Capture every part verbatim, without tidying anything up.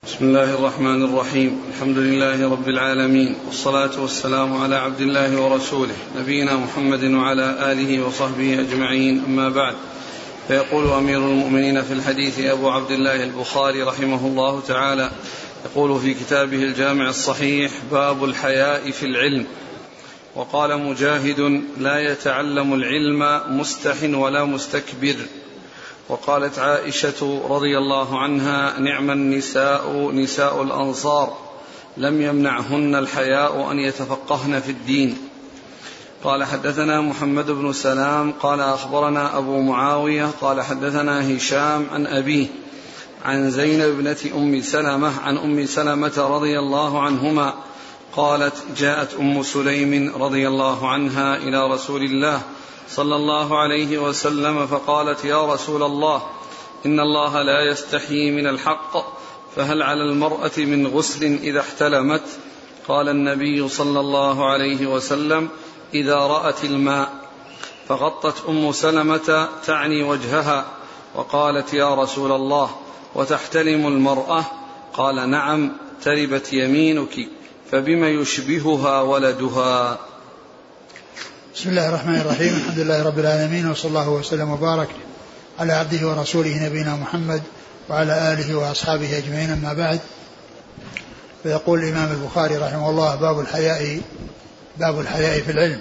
بسم الله الرحمن الرحيم. الحمد لله رب العالمين، والصلاة والسلام على عبد الله ورسوله نبينا محمد وعلى آله وصحبه أجمعين، أما بعد. فيقول أمير المؤمنين في الحديث أبو عبد الله البخاري رحمه الله تعالى، يقول في كتابه الجامع الصحيح: باب الحياء في العلم. وقال مجاهد: لا يتعلم العلم مستح ولا مستكبر. وقالت عائشة رضي الله عنها: نعم النساء نساء الأنصار، لم يمنعهن الحياء أن يتفقهن في الدين. قال: حدثنا محمد بن سلام قال أخبرنا أبو معاوية قال حدثنا هشام عن أبيه عن زينب بنت أم سلمة عن أم سلمة رضي الله عنهما قالت: جاءت أم سليم رضي الله عنها إلى رسول الله صلى الله عليه وسلم فقالت: يا رسول الله، إن الله لا يستحيي من الحق، فهل على المرأة من غسل إذا احتلمت؟ قال النبي صلى الله عليه وسلم: إذا رأت الماء. فغطت أم سلمة تعني وجهها وقالت: يا رسول الله، وتحتلم المرأة؟ قال: نعم، تربت يمينك، فبما يشبهها ولدها. بسم الله الرحمن الرحيم. الحمد لله رب العالمين، وصلى الله وسلم وبارك على عبده ورسوله نبينا محمد وعلى آله وأصحابه أجمعين، أما بعد. فيقول الإمام البخاري رحمه الله: باب الحياء باب الحياء في العلم.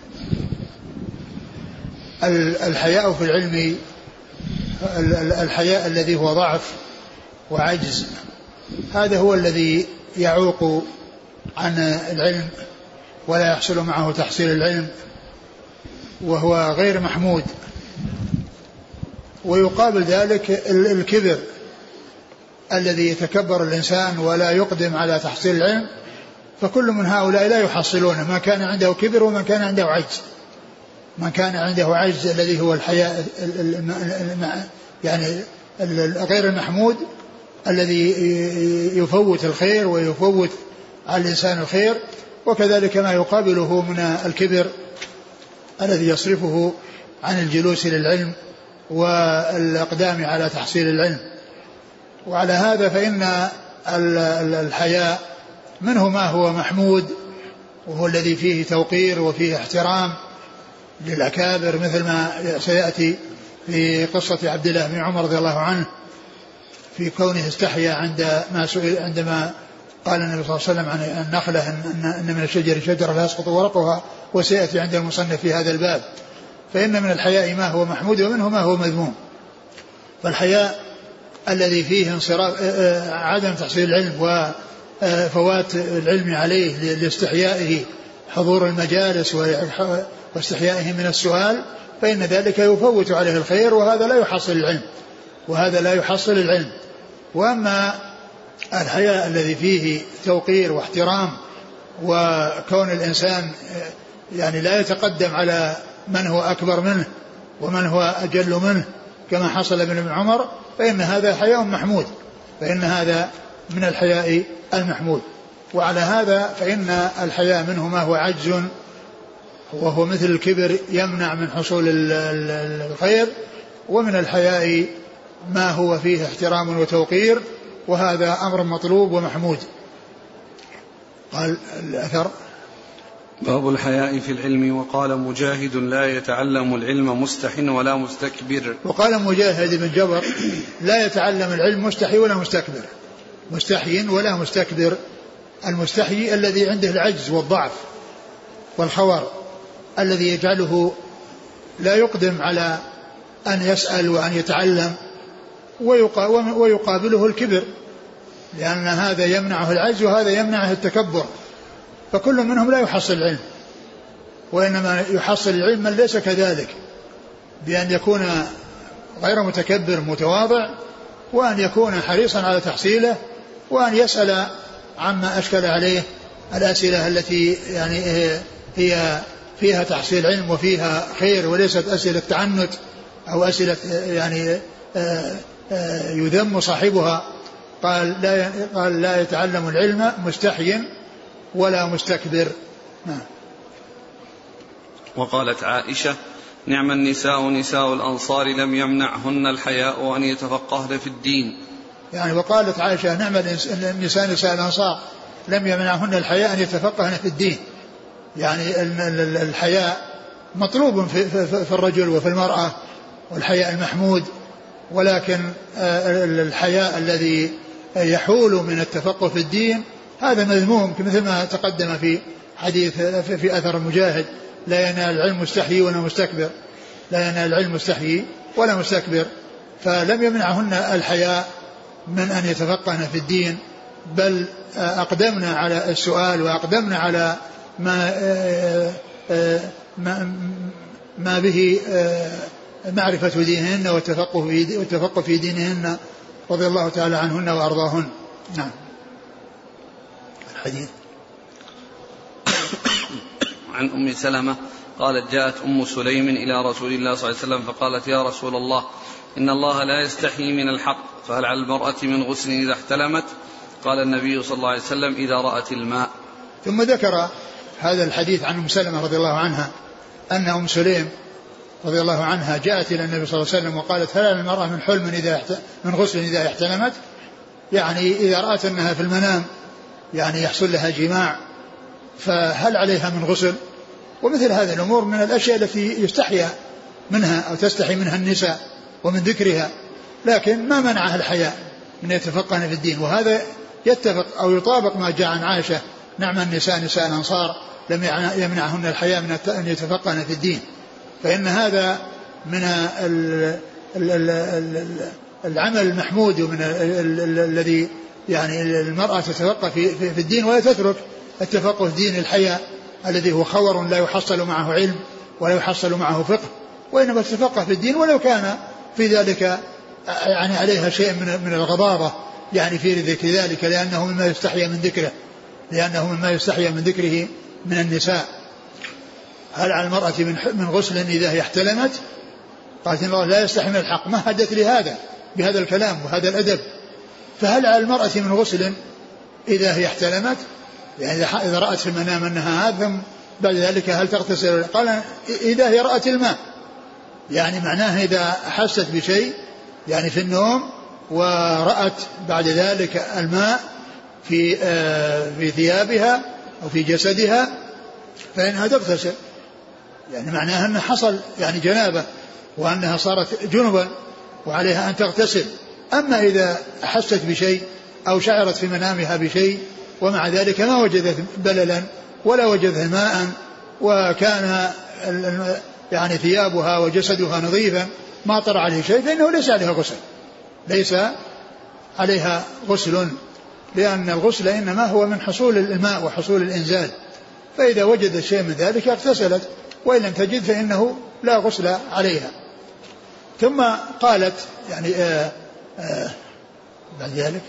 الحياء في العلم الحياء الذي هو ضعف وعجز، هذا هو الذي يعوق عن العلم ولا يحصل معه تحصيل العلم، وهو غير محمود. ويقابل ذلك الكبر الذي يتكبر الإنسان ولا يقدم على تحصيل العلم، فكل من هؤلاء لا يحصلون، ما كان عنده كبر ومن كان عنده عجز. من كان عنده عجز الذي هو الحياء يعني غير المحمود، الذي يفوت الخير ويفوت على الإنسان الخير، وكذلك ما يقابله من الكبر الذي يصرفه عن الجلوس للعلم والإقدام على تحصيل العلم. وعلى هذا فإن الحياء منه ما هو محمود، وهو الذي فيه توقير وفيه احترام للأكابر، مثل ما سيأتي في قصة عبد الله بن عمر رضي الله عنه في كونه استحيا عند ما سئل عندما قال النبي صلى الله عليه وسلم عن النخلة أن من الشجر شجرة لا يسقط ورقها، وسيأتي عند المصنف في هذا الباب. فإن من الحياء ما هو محمود ومنه ما هو مذموم. فالحياء الذي فيه انصراف عدم تحصيل العلم وفوات العلم عليه لاستحيائه حضور المجالس واستحيائه من السؤال، فإن ذلك يفوت عليه الخير، وهذا لا يحصل العلم وهذا لا يحصل العلم. وأما الحياء الذي فيه توقير واحترام، وكون الإنسان يعني لا يتقدم على من هو أكبر منه ومن هو أجل منه كما حصل بن ابن عمر، فإن هذا حياء محمود، فإن هذا من الحياء المحمود. وعلى هذا فإن الحياء منه ما هو عجز، وهو مثل الكبر يمنع من حصول الخير، ومن الحياء ما هو فيه احترام وتوقير، وهذا أمر مطلوب ومحمود. قال الأثر: باب الحياء في العلم. وقال مجاهد: لا يتعلم العلم مستح ولا مستكبر. وقال مجاهد بن جبر: لا يتعلم العلم مستحي ولا مستكبر. مستحي ولا مستكبر. المستحي الذي عنده العجز والضعف والخور، الذي يجعله لا يقدم على أن يسأل وأن يتعلم، ويقابله الكبر، لأن هذا يمنعه العجز وهذا يمنعه التكبر، فكل منهم لا يحصل العلم. وإنما يحصل العلم من ليس كذلك، بأن يكون غير متكبر متواضع، وأن يكون حريصا على تحصيله، وأن يسأل عما أشكل عليه الأسئلة التي يعني هي فيها تحصيل علم وفيها خير، وليست أسئلة تعنت أو أسئلة يعني يذم صاحبها. قال لا, قال لا يتعلم العلم مستحي ولا مستكبر. وقالت عائشة: نعم النساء نساء الأنصار، لم يمنعهن الحياء أن يتفقهن في الدين. يعني وقالت عائشة نعم النساء نساء الأنصار لم يمنعهن الحياء أن يتفقهن في الدين. يعني الحياء مطلوب في الرجل وفي المرأة، والحياء المحمود، ولكن الحياء الذي يحول من التفقه في الدين هذا مذموم، مثل ما تقدم في حديث في أثر مجاهد: لا ينال العلم مستحيي ولا مستكبر، لا ينال العلم مستحيي ولا مستكبر. فلم يمنعهن الحياء من أن يتفقهن في الدين، بل أقدمنا على السؤال وأقدمنا على ما ما, ما به معرفة دينهن والتفقه في والتفقه في دينهن رضي الله تعالى عنهن وأرضاهن. نعم. الحديث عن أم سلمة قالت: جاءت أم سليم إلى رسول الله صلى الله عليه وسلم فقالت: يا رسول الله إن الله لا يستحيي من الحق، فهل على المرأة من غسل إذا احتلمت؟ قال النبي صلى الله عليه وسلم: إذا رأت الماء. ثم ذكر هذا الحديث عن أم سلمة رضي الله عنها أن أم سليم رضي الله عنها جاءت إلى النبي صلى الله عليه وسلم وقالت: هل على المرأة من حلم إذا من غسل إذا احتلمت؟ يعني إذا رأت أنها في المنام يعني يحصل لها جماع، فهل عليها من غسل؟ ومثل هذه الأمور من الأشياء التي يستحيا منها أو تستحي منها النساء ومن ذكرها، لكن ما منعها الحياء من يتفقهن في الدين. وهذا يتفق أو يطابق ما جاء عن عائشة: نعم النساء نساء الأنصار لم يمنعهن الحياء من أن يتفقهن في الدين. فإن هذا من العمل المحمود ومن الذي يعني المرأة تتفقه في الدين ولا تترك التفقه في الدين الحياء الذي هو خور لا يحصل معه علم ولا يحصل معه فقه، وإنما تتفقه في الدين ولو كان في ذلك يعني عليها شيء من من الغضاضة يعني في ذكر ذلك، لأنه مما يستحيا من ذكره لأنه مما يستحيا من ذكره من النساء. هل على المرأة من من غسل إذا هي احتلمت؟ قالت: إن الله لا يستحي من الحق. ما حدث لهذا بهذا الكلام وهذا الأدب. فهل على المرأة من غسل إذا هي احتلمت؟ يعني إذا رأت في المنام أنها هذا بعد ذلك هل تغتسل؟ قال: إذا هي رأت الماء، يعني معناه إذا أحست بشيء يعني في النوم ورأت بعد ذلك الماء في في ثيابها أو في جسدها فإنها تغتسل، يعني معناها أن حصل يعني جنابة وأنها صارت جنبا وعليها أن تغتسل. أما إذا أحست بشيء أو شعرت في منامها بشيء ومع ذلك ما وجدت بللا ولا وجدت ماء وكان يعني ثيابها وجسدها نظيفا ما طرأ عليه شيء فإنه ليس عليها غسل ليس عليها غسل لأن الغسل إنما هو من حصول الماء وحصول الإنزال، فإذا وجدت شيء من ذلك اغتسلت، وإن لم تجد فإنه لا غسل عليها. ثم قالت يعني آآ آآ بعد ذلك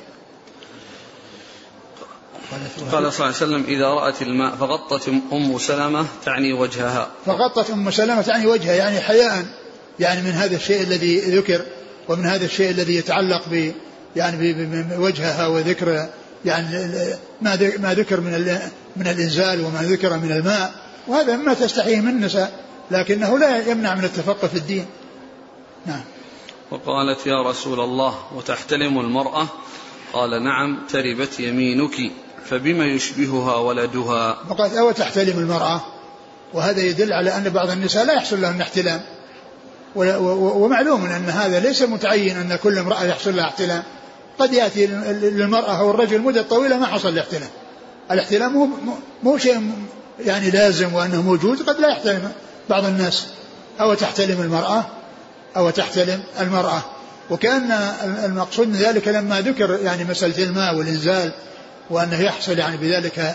قال صلى الله عليه وسلم: إذا رأت الماء فغطت أم سلمة تعني وجهها. فغطت أم سلمة تعني وجهها يعني حياء يعني من هذا الشيء الذي ذكر ومن هذا الشيء الذي يتعلق ب يعني بوجهها وذكر يعني ما ذكر من من الإنزال وما ذكر من الماء، وهذا مما تستحيه من النساء لكنه لا يمنع من التفقه في الدين. نعم. وقالت: يا رسول الله وتحتلم المرأة؟ قال: نعم تربت يمينك، فبما يشبهها ولدها؟ وقالت: أو تحتلم المرأة؟ وهذا يدل على أن بعض النساء لا يحصل لهم احتلام، ومعلوم أن هذا ليس متعين أن كل امرأة يحصل لها احتلام، قد يأتي للمرأة أو الرجل مدة طويلة ما حصل الاحتلام. الاحتلام مو مو شيء يعني لازم وأنه موجود، قد لا يحتلم بعض الناس. أو تحتلم المرأة أو تحتلم المرأة. وكان المقصود من ذلك لما ذكر يعني مسألة الماء والإنزال وأنه يحصل يعني بذلك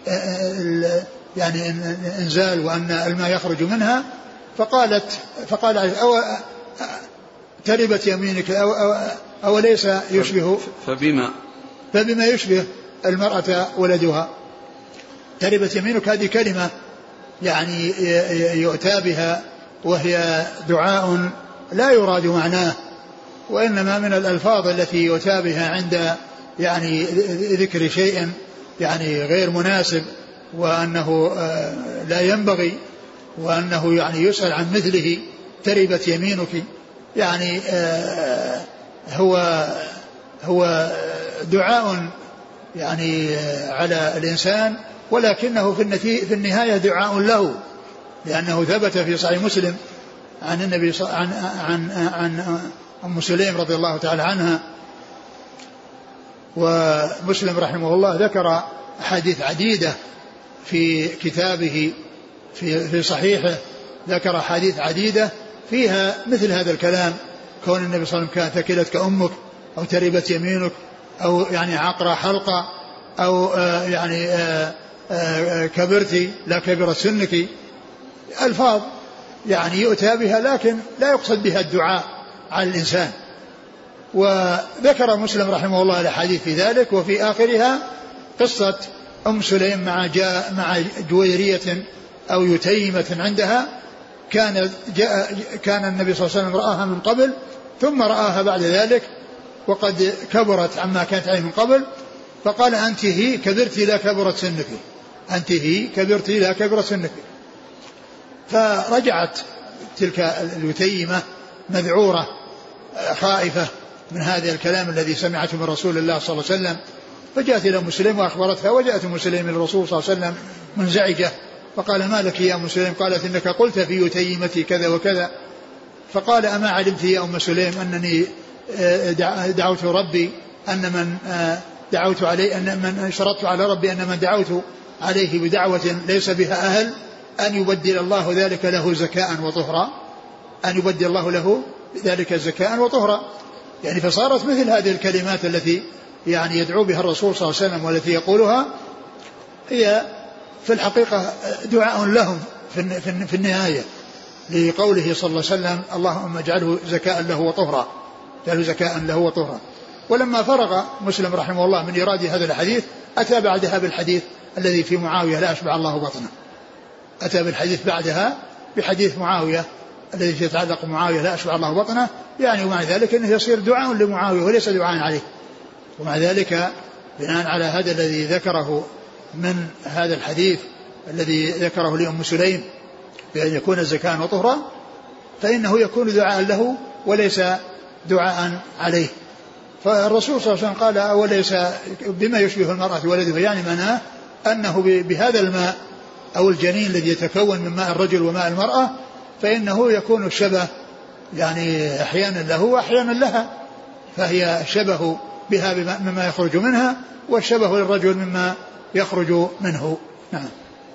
يعني إنزال وأن الماء يخرج منها، فقالت فقال: أو تربت يمينك أو, أو, أو ليس يشبه فبما فبما يشبه المرأة ولدها. تربت يمينك هذه كلمة يعني يؤتى بها وهي دعاء لا يراد معناه، وإنما من الألفاظ التي يؤتى بها عند يعني ذكر شيء يعني غير مناسب وأنه لا ينبغي وأنه يعني يسأل عن مثله. تربت يمينك يعني هو هو دعاء يعني على الإنسان، ولكنه في النهاية دعاء له، لأنه ثبت في صحيح مسلم عن النبي عن عن عن أم سليم رضي الله تعالى عنها، ومسلم رحمه الله ذكر أحاديث عديدة في كتابه في في صحيحه، ذكر أحاديث عديدة فيها مثل هذا الكلام، كون النبي صلى الله عليه وسلم كان ثكلتك أمك أو تربت يمينك أو يعني عقر حلقة أو آه يعني آه آه كبرتي لا كبرت سنك، ألفاظ يعني يؤتى بها لكن لا يقصد بها الدعاء على الإنسان. وذكر مسلم رحمه الله الأحاديث في ذلك، وفي آخرها قصة أم سليم مع جاء مع جويرية أو يتيمة عندها، كان جاء كان النبي صلى الله عليه وسلم رآها من قبل ثم رآها بعد ذلك وقد كبرت عما كانت عليه من قبل، فقال أنت هي كبرت لا كبرت سنك، أنت هي كبرت لا كبرت سنك. فرجعت تلك اليتيمة مذعورة خائفة من هذا الكلام الذي سمعته من رسول الله صلى الله عليه وسلم، فجاءت إلى مسلم وأخبرتها، وجاءت مسلم إلى الرسول صلى الله عليه وسلم منزعجة، فقال ما لك يا مسلم؟ قالت إنك قلت في يتيمتي كذا وكذا. فقال أما علمت يا أم سليم أنني دعوت ربي أن من دعوت عليه أن من شرطت على ربي أن من دعوت عليه بدعوة ليس بها أهل أن يبدل الله ذلك له زكاء وطهرا، أن يبدل الله له ذلك زكاء وطهرا. يعني فصارت مثل هذه الكلمات التي يعني يدعو بها الرسول صلى الله عليه وسلم والتي يقولها هي في الحقيقة دعاء لهم في النهاية، لقوله صلى الله عليه وسلم اللهم اجعله زكاء له وطهرا، اجعله زكاء له وطهرا. ولما فرغ مسلم رحمه الله من إيراد هذا الحديث أتى بعدها بالحديث الذي في معاوية لا أشبع الله بطنه، أتى بالحديث بعدها بحديث معاوية الذي يتعلق معاوية لا أشبع الله بطنه، يعني ومع ذلك أنه يصير دعاء لمعاوية وليس دعاء عليه. ومع ذلك بناء على هذا الذي ذكره من هذا الحديث الذي ذكره لأم سليم بأن يكون الزكاة وطهرا، فإنه يكون دعاء له وليس دعاء عليه. فالرسول صلى الله عليه وسلم قال وليس بما يشبه المرأة ولده، يعني معناه أنه بهذا الماء أو الجنين الذي يتكون من ماء الرجل وماء المرأة فإنه يكون الشبه يعني أحيانا له وأحيانا لها، فهي شبه بها مما يخرج منها والشبه للرجل مما يخرج منه. نعم.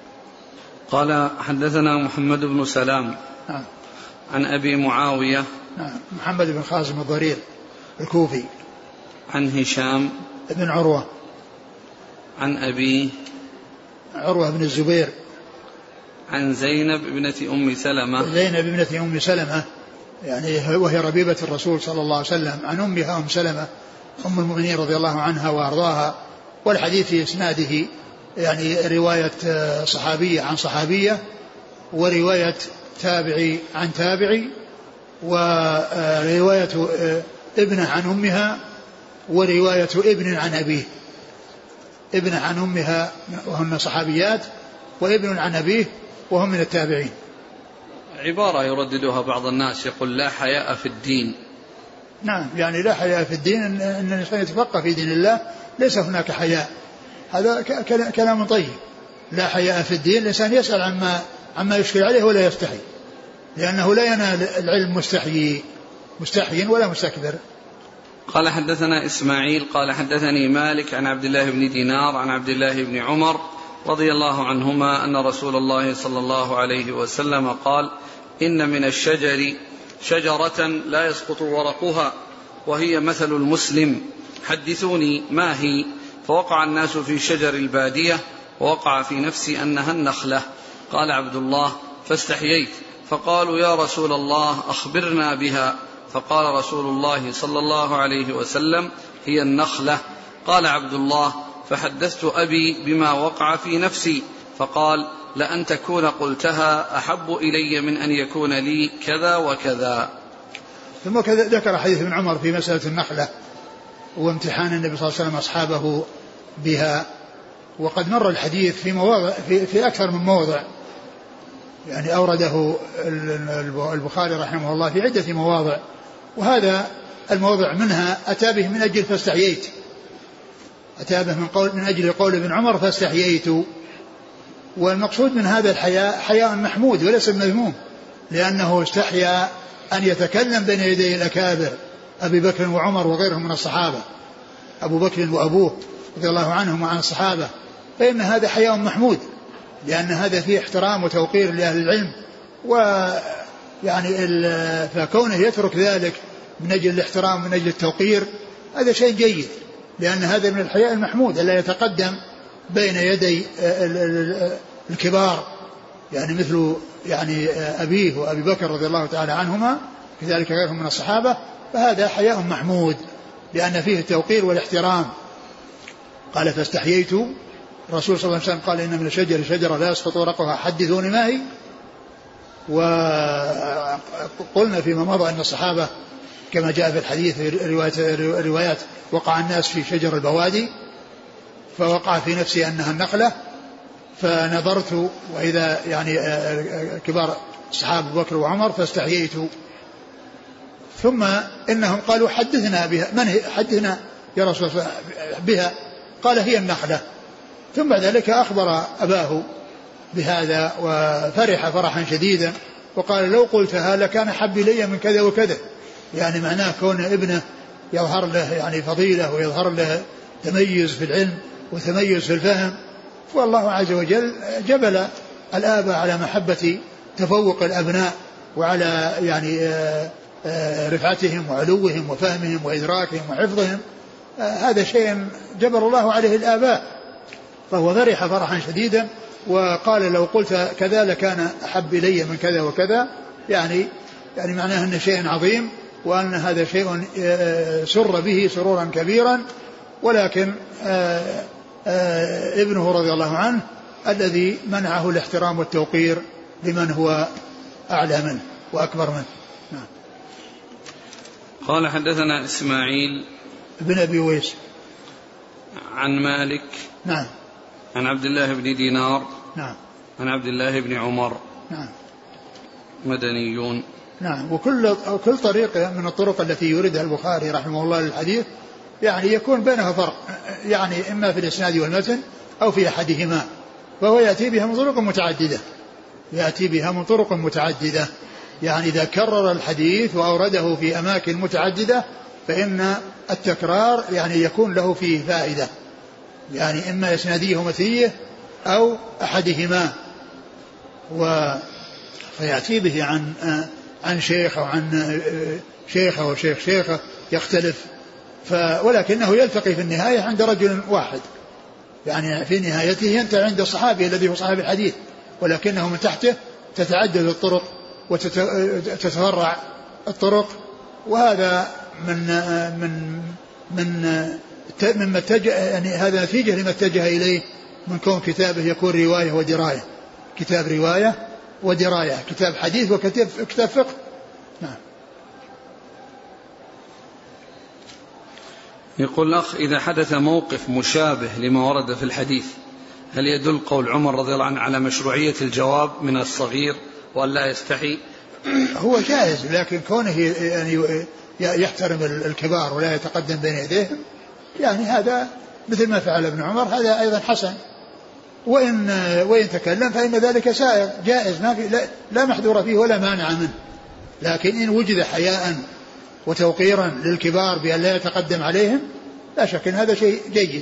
قال حدثنا محمد بن سلام نعم. عن أبي معاوية نعم. محمد بن خازم الضرير الكوفي، عن هشام بن عروة عن أبي عروة بن الزبير عن زينب ابنة أم سلمة زينب ابنة أم سلمة يعني وهي ربيبة الرسول صلى الله عليه وسلم، عن أمها أم سلمة أم المؤمنين رضي الله عنها وأرضاها. والحديث في إسناده يعني رواية صحابية عن صحابية، ورواية تابعي عن تابعي، ورواية ابنة عن أمها، ورواية ابن عن أبيه، ابن عن أمها وهن صحابيات، وابن عن أبيه وهم من التابعين. عبارة يرددها بعض الناس يقول لا حياء في الدين. نعم، يعني لا حياء في الدين، أن الإنسان يتفقه في دين الله ليس هناك حياء، هذا كلام طيب. لا حياء في الدين، الإنسان يسأل عما عما يشكل عليه ولا يستحي، لأنه لا ينال العلم مستحيي مستحي ولا مستكبر. قال حدثنا إسماعيل قال حدثني مالك عن عبد الله بن دينار عن عبد الله بن عمر رضي الله عنهما أن رسول الله صلى الله عليه وسلم قال إن من الشجر شجرة لا يسقط ورقها وهي مثل المسلم، حدثوني ما هي؟ فوقع الناس في شجر البادية ووقع في نفسي أنها النخلة. قال عبد الله فاستحييت، فقالوا يا رسول الله أخبرنا بها، فقال رسول الله صلى الله عليه وسلم هي النخلة. قال عبد الله فحدثت أبي بما وقع في نفسي، فقال لأن تكون قلتها أحب إلي من أن يكون لي كذا وكذا. ثم ذكر حديث ابن عمر في مسألة النخلة وامتحان النبي صلى الله عليه وسلم أصحابه بها، وقد مر الحديث في مواضع في, في أكثر من موضع، يعني أورده البخاري رحمه الله في عدة مواضع، وهذا الموضع منها أتى به من أجل فاستحييت، أتى به من, قول من أجل قول ابن عمر فاستحييت. والمقصود من هذا الحياء حياء محمود وليس مذموم، لأنه استحيا أن يتكلم بين يدي الأكابر أبي بكر وعمر وغيرهم من الصحابة، أبو بكر وأبوه رضي الله عنهم وعن الصحابة، فإن هذا حياء محمود، لأن هذا فيه احترام وتوقير لأهل العلم، ويعني فكونه يترك ذلك من أجل الاحترام من أجل التوقير هذا شيء جيد، لأن هذا من الحياء المحمود ألا يتقدم بين يدي الكبار، يعني مثل يعني أبيه وأبي بكر رضي الله تعالى عنهما كذلك غيرهم من الصحابة، فهذا حياء محمود لأن فيه التوقير والاحترام. قال فاستحييت، الرسول صلى الله عليه وسلم قال إن من الشجر شجرة لا يسقط ورقها حدثوني ما هي. وقلنا فيما مضى أن الصحابة كما جاء في الحديث في روايات وقع الناس في شجر البوادي، فوقع في نفسي أنها النخلة، فنظرت وإذا يعني كبار الصحابة أبو بكر وعمر فاستحييت. ثم إنهم قالوا حدثنا بها، من هي حدثنا يا رسول الله بها؟ قال هي النخلة. ثم بعد ذلك أخبر أباه بهذا وفرح فرحا شديدا وقال لو قلتها لكان حب إلي من كذا وكذا، يعني معناه كون ابنه يظهر له يعني فضيلة ويظهر له تميز في العلم وتميز في الفهم، والله عز وجل جبل الآباء على محبة تفوق الأبناء وعلى يعني رفعتهم وعلوهم وفهمهم وإدراكهم وحفظهم، هذا شيء جبل الله عليه الآباء. فهو فرح فرحا شديدا وقال لو قلت كذا لكان أحب إلي من كذا وكذا، يعني يعني معناه أن شيء عظيم وأن هذا شيء سر به سرورا كبيرا، ولكن آآ آآ ابنه رضي الله عنه الذي منعه الاحترام والتوقير لمن هو أعلى منه وأكبر منه. نعم. قال حدثنا إسماعيل بن أبي ويس عن مالك نعم عن عبد الله بن دينار نعم عن عبد الله بن عمر نعم مدنيون. نعم. وكل كل طريق من الطرق التي يوردها البخاري رحمه الله للحديث يعني يكون بينها فرق، يعني إما في الإسناد والمتن أو في أحدهما، فهو يأتي بها من طرق متعددة يأتي بها من طرق متعددة يعني إذا كرر الحديث وأورده في أماكن متعددة فإن التكرار يعني يكون له فيه فائدة، يعني إما إسناديه ومتنيه أو أحدهما، و فيأتي به عن عن شيخ أو عن شيخ أو شيخ شيخه يختلف، ف ولكنه يلتقي في النهاية عند رجل واحد، يعني في نهايته ينتهي عند الصحابي الذي هو صاحب الحديث، ولكنه من تحته تتعدد الطرق وتتفرع الطرق، وهذا من من من مما اتجه يعني هذا نتيجة لما اتجه إليه من كون كتابه يكون رواية ودراية، كتاب رواية ودراية، كتاب حديث وكتاب كتاب فقه. نعم. يقول الأخ إذا حدث موقف مشابه لما ورد في الحديث هل يدل قول عمر رضي الله عنه على مشروعية الجواب من الصغير وأن لا يستحي؟ هو جائز، لكن كونه يعني يحترم الكبار ولا يتقدم بين يديهم يعني هذا مثل ما فعل ابن عمر، هذا أيضا حسن، وإن وإن تكلم فإن ذلك سائر جائز، ما في لا, لا محذور فيه ولا مانع منه، لكن إن وجد حياء وتوقيرا للكبار بأن لا يتقدم عليهم لا شك أن هذا شيء جيد.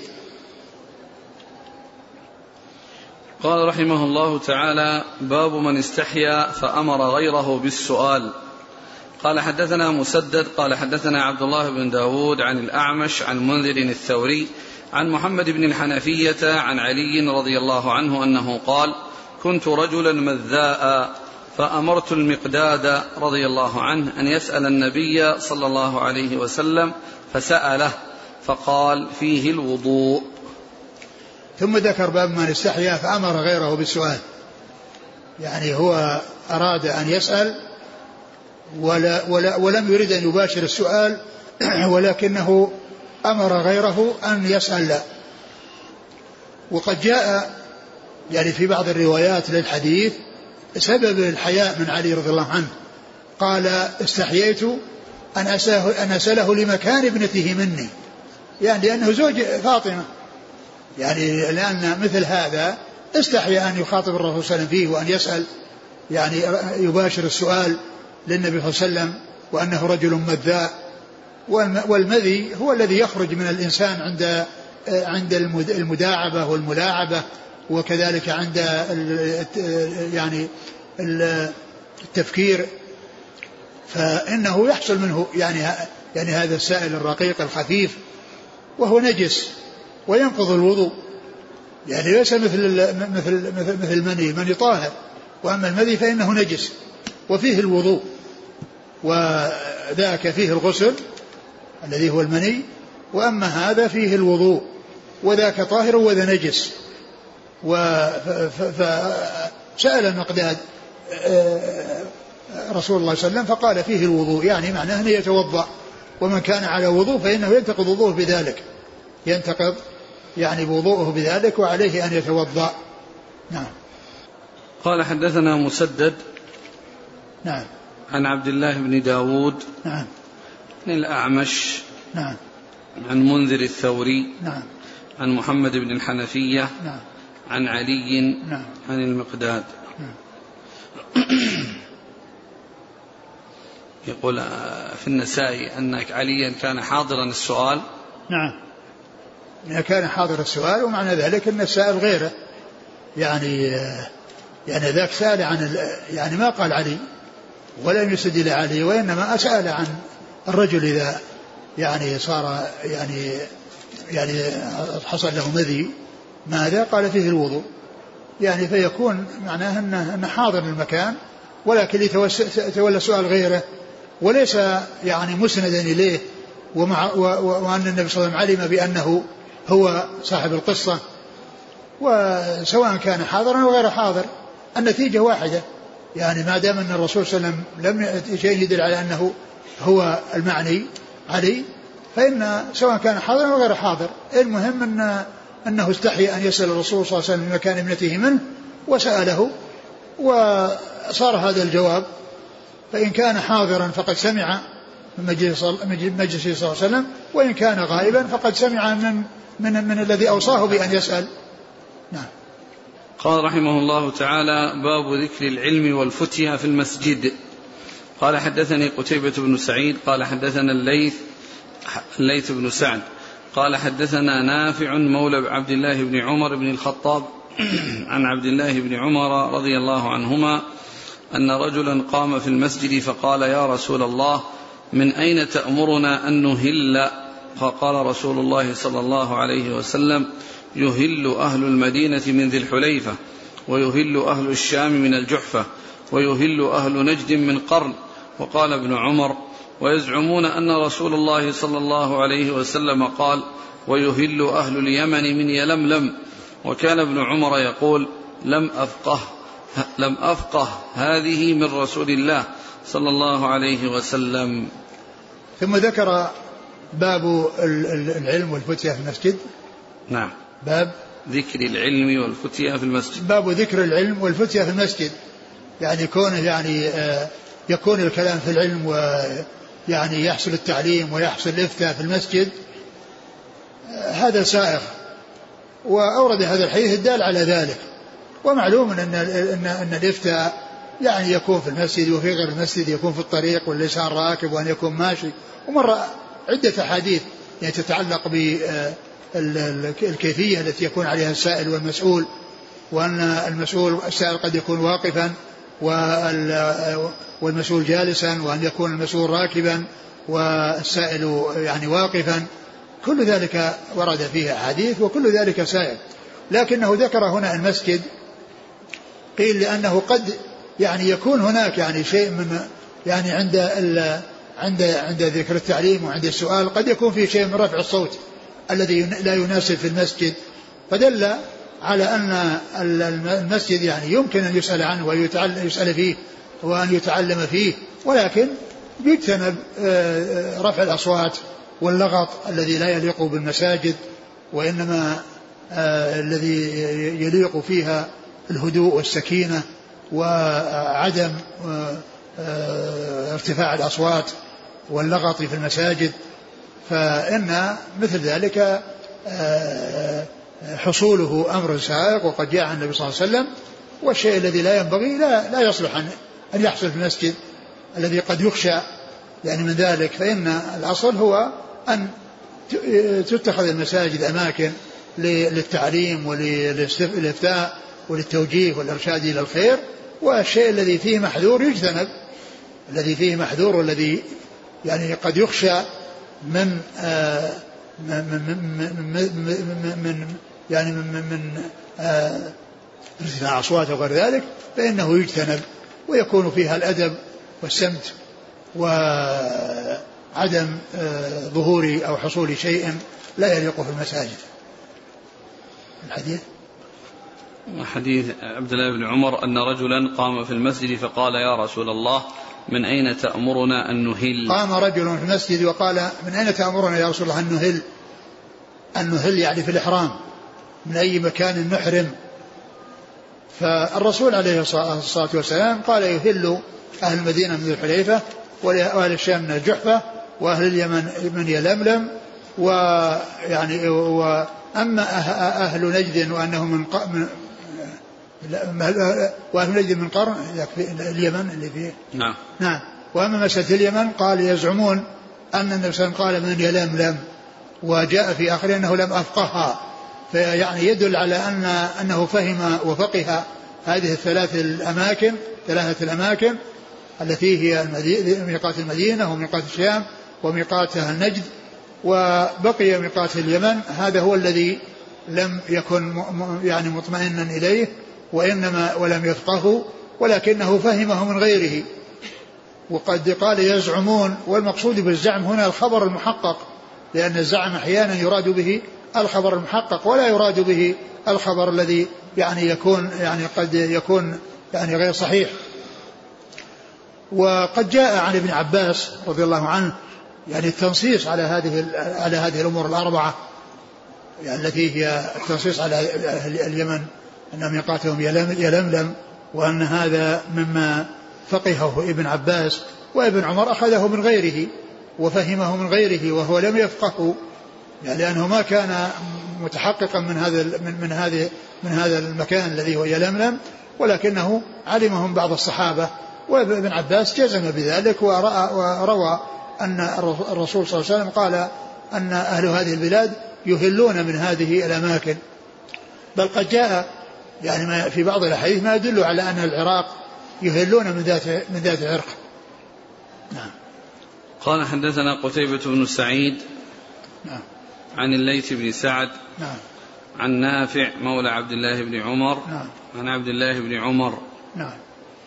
قال رحمه الله تعالى باب من استحيا فأمر غيره بالسؤال. قال حدثنا مسدد قال حدثنا عبد الله بن داود عن الأعمش عن منذر الثوري عن محمد بن الحنفية عن علي رضي الله عنه أنه قال كنت رجلا مذاء فأمرت المقداد رضي الله عنه أن يسأل النبي صلى الله عليه وسلم فسأله فقال فيه الوضوء. ثم ذكر باب من استحيا فأمر غيره بالسؤال، يعني هو أراد أن يسأل ولا ولا ولم يريد أن يباشر السؤال ولكنه أمر غيره أن يسأل له. وقد جاء يعني في بعض الروايات للحديث سبب الحياء من علي رضي الله عنه، قال استحييت أن أسأله, أن أسأله لمكان ابنته مني، يعني لأنه زوج فاطمة، يعني لأن مثل هذا استحي أن يخاطب الرسول صلى الله عليه وسلم فيه وأن يسأل، يعني يباشر السؤال للنبي صلى الله عليه وسلم، وأنه رجل مذاء. والمذي هو الذي يخرج من الإنسان عند عند المداعبة والملاعبة، وكذلك عند يعني التفكير، فإنه يحصل منه يعني يعني هذا السائل الرقيق الخفيف، وهو نجس وينقض الوضوء، يعني ليس مثل مثل مثل, مثل المني، المني طاهر، وأما المذي فإنه نجس وفيه الوضوء، وذاك فيه الغسل الذي هو المني، وأما هذا فيه الوضوء، وذاك طاهر وذا نجس. فسأل المقداد رسول الله صلى الله عليه وسلم فقال فيه الوضوء، يعني معناه أنه يتوضأ، ومن كان على وضوء فإنه ينتقض وضوءه بذلك، ينتقض يعني وضوءه بذلك، وعليه أن يتوضأ. نعم. قال حدثنا مسدد نعم عن عبد الله بن داود نعم عن الأعمش نعم عن منذر الثوري نعم عن محمد بن الحنفية نعم عن علي نعم عن المقداد. نعم. يقول في النسائي أن عليا كان حاضرا السؤال. نعم كان حاضر السؤال، ومعنى ذلك أن السائل غيره، يعني يعني ذاك سأل عن يعني ما قال علي ولم يسد إلى علي، وإنما أسأل عن الرجل إذا يعني صار يعني يعني حصل له مذي ماذا قال فيه الوضوء، يعني فيكون معناه أنه, أنه حاضر المكان، ولكن يتولى سؤال غيره وليس يعني مسندا إليه، ومع وأن النبي صلى الله عليه وسلم علم بأنه هو صاحب القصة، وسواء كان حاضرا أو غير حاضر النتيجة واحدة، يعني ما دام أن الرسول صلى الله عليه وسلم لم شيء يدل على أنه هو المعني علي، فإن سواء كان حاضرا أو غير حاضر، المهم أن أنه استحي أن يسأل الرسول صلى الله عليه وسلم مكان ابنته منه، وسأله وصار هذا الجواب. فإن كان حاضرا فقد سمع من مجلس صلى الله عليه وسلم، وإن كان غائبا فقد سمع من من من الذي أوصاه بأن يسأل. نعم. قال رحمه الله تعالى: باب ذكر العلم والفتية في المسجد. قال حدثني قتيبة بن سعيد قال حدثنا الليث الليث بن سعد قال حدثنا نافع مولى عبد الله بن عمر بن الخطاب عن عبد الله بن عمر رضي الله عنهما أن رجلا قام في المسجد فقال: يا رسول الله، من أين تأمرنا أن نهل؟ فقال رسول الله صلى الله عليه وسلم: يهل أهل المدينة من ذي الحليفة، ويهل أهل الشام من الجحفة، ويهل أهل نجد من قرن. وقال ابن عمر: ويزعمون أن رسول الله صلى الله عليه وسلم قال: ويهل أهل اليمن من يلملم. وكان ابن عمر يقول: لم أفقه لم أفقه هذه من رسول الله صلى الله عليه وسلم. ثم ذكر باب العلم والفتية في المسجد. نعم. باب ذكر العلم والفتية في المسجد. باب ذكر العلم والفتية في المسجد، يعني كونه يعني يكون الكلام في العلم، ويعني يحصل التعليم ويحصل الإفتاء في المسجد، هذا سائغ، وأورد هذا الحديث الدال على ذلك. ومعلوم أن أن الإفتاء يعني يكون في المسجد، وفي غير المسجد يكون في الطريق واللسان راكب، وأن يكون ماشي. ومر عدة أحاديث يعني تتعلق بالكيفية التي يكون عليها السائل والمسؤول، وأن المسؤول السائل قد يكون واقفا والمسؤول جالسا، وأن يكون المسؤول راكبا والسائل يعني واقفا. كل ذلك ورد فيه أحاديث، وكل ذلك سائل، لكنه ذكر هنا المسجد قيل لأنه قد يعني يكون هناك يعني شيء من يعني عند عند عند ذكر التعليم وعند السؤال قد يكون فيه شيء من رفع الصوت الذي لا يناسب في المسجد، فدل على أن المسجد يعني يمكن أن يسأل عنه ويسأل فيه وأن يتعلم فيه، ولكن يجتنب رفع الأصوات واللغط الذي لا يليق بالمساجد، وإنما الذي يليق فيها الهدوء والسكينة وعدم ارتفاع الأصوات واللغط في المساجد، فإن مثل ذلك حصوله أمر سائق وقد جاء عن النبي صلى الله عليه وسلم. والشيء الذي لا ينبغي لا, لا يصلح أن يحصل في المسجد الذي قد يخشى يعني من ذلك، فإن الأصل هو أن تتخذ المساجد أماكن للتعليم وللإفتاء وللتوجيه والإرشاد إلى الخير، والشيء الذي فيه محذور يجتنب، الذي فيه محذور والذي يعني قد يخشى من آه من من من من يعني من من ارتفاع أصوات وغير ذلك، فإنه يجتنب ويكون فيها الأدب والسمت وعدم ظهور أو حصول شيء لا يليق في المساجد. الحديث حديث عبد الله بن عمر أن رجلا قام في المسجد فقال يا رسول الله من أين تأمرنا أن نهل؟ قام رجل في المسجد وقال من أين تأمرنا يا رسول الله أن نهل؟ أن نهل يعني في الإحرام، من أي مكان نحرم؟ فالرسول عليه الصلاة والسلام قال يهل أهل المدينة من ذي الحليفة، وأهل الشام من الجحفة، وأهل اليمن من يلملم، ويعني وأما أهل نجد وأنهم من ق... من وأهل نجد من قرن اليمن اللي فيه نعم نعم وأما مسألة اليمن قال يزعمون أن النبي صلى الله عليه وسلم قال من يلملم، وجاء في آخر أنه لم أفقهها، فيعني يدل على أن أنه فهم وفقه هذه الثلاث الأماكن ثلاثة الأماكن التي هي ميقات المدينة وميقات الشام وميقات أهل نجد، وبقي ميقات اليمن. هذا هو الذي لم يكن يعني مطمئنا إليه وإنما ولم يفقهه، ولكنه فهمه من غيره. وقد قال يزعمون، والمقصود بالزعم هنا الخبر المحقق، لأن الزعم أحيانا يراد به الخبر المحقق ولا يراد به الخبر الذي يعني يكون يعني قد يكون يعني غير صحيح. وقد جاء عن ابن عباس رضي الله عنه يعني التنصيص على هذه على هذه الأمور الأربعة، يعني التي هي التنصيص على أهل اليمن أن ميقاتهم يلملم، وأن هذا مما فقهه ابن عباس، وابن عمر أخذه من غيره وفهمه من غيره وهو لم يفقهه، يعني لأنه ما كان متحققا من هذا من من هذه من هذا المكان الذي هو يلملم، ولكنه علمهم بعض الصحابة، وابن عباس جزم بذلك ورأى وروى أن الرسول صلى الله عليه وسلم قال أن أهل هذه البلاد يهلون من هذه الأماكن. بل قد جاء يعني ما في بعض الأحاديث ما يدل على أن العراق يهلون من ذات من ذات عرق. نعم. قال حدثنا قتيبة بن سعيد نعم. عن الليث بن سعد نعم. عن نافع مولى عبد الله بن عمر نعم. عن عبد الله بن عمر نعم.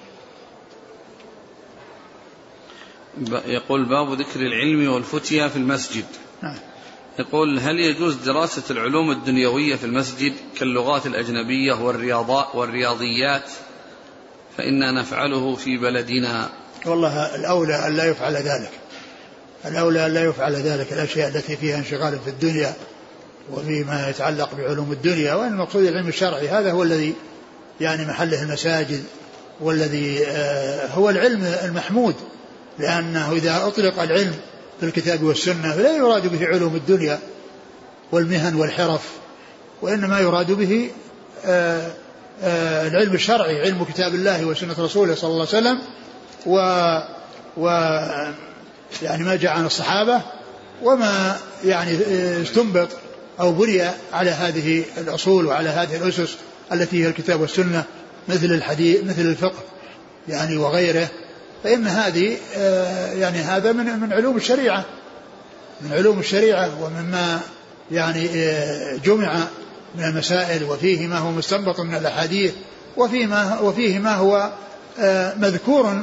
يقول باب ذكر العلم والفتيا في المسجد. نعم. يقول هل يجوز دراسة العلوم الدنيوية في المسجد كاللغات الأجنبية والرياضات والرياضيات، فإننا نفعله في بلدنا؟ والله الأولى أن لا يفعل ذلك، الأولى أن لا يفعل ذلك، الأشياء التي فيها انشغال في الدنيا وفيما يتعلق بعلوم الدنيا. وأن المقصود العلم الشرعي هذا هو الذي يعني محله المساجد، والذي هو العلم المحمود، لأنه إذا أطلق العلم في الكتاب والسنة فلا يراد به علوم الدنيا والمهن والحرف، وإنما يراد به آآ آآ العلم الشرعي، علم كتاب الله وسنة رسوله صلى الله عليه وسلم، و, و يعني ما جاء عن الصحابة، وما يعني استنبط أو بني على هذه الأصول وعلى هذه الأسس التي هي الكتاب والسنة، مثل الحديث مثل الفقه يعني وغيره. فإن هذه يعني هذا من من علوم الشريعة من علوم الشريعة ومما يعني جمع من المسائل، وفيه ما هو مستنبط من الأحاديث، وفيه ما وفيه ما هو مذكور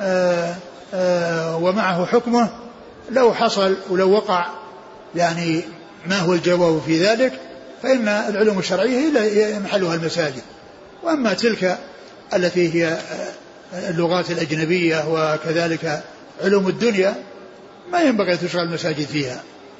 ومعه حكمه لو حصل ولو وقع يعني ما هو الجواب في ذلك، فإن العلوم الشرعية هي محلها المساجد. وأما تلك التي هي اللغات الأجنبية وكذلك علوم الدنيا ما ينبغي أن تشغل المساجد فيها.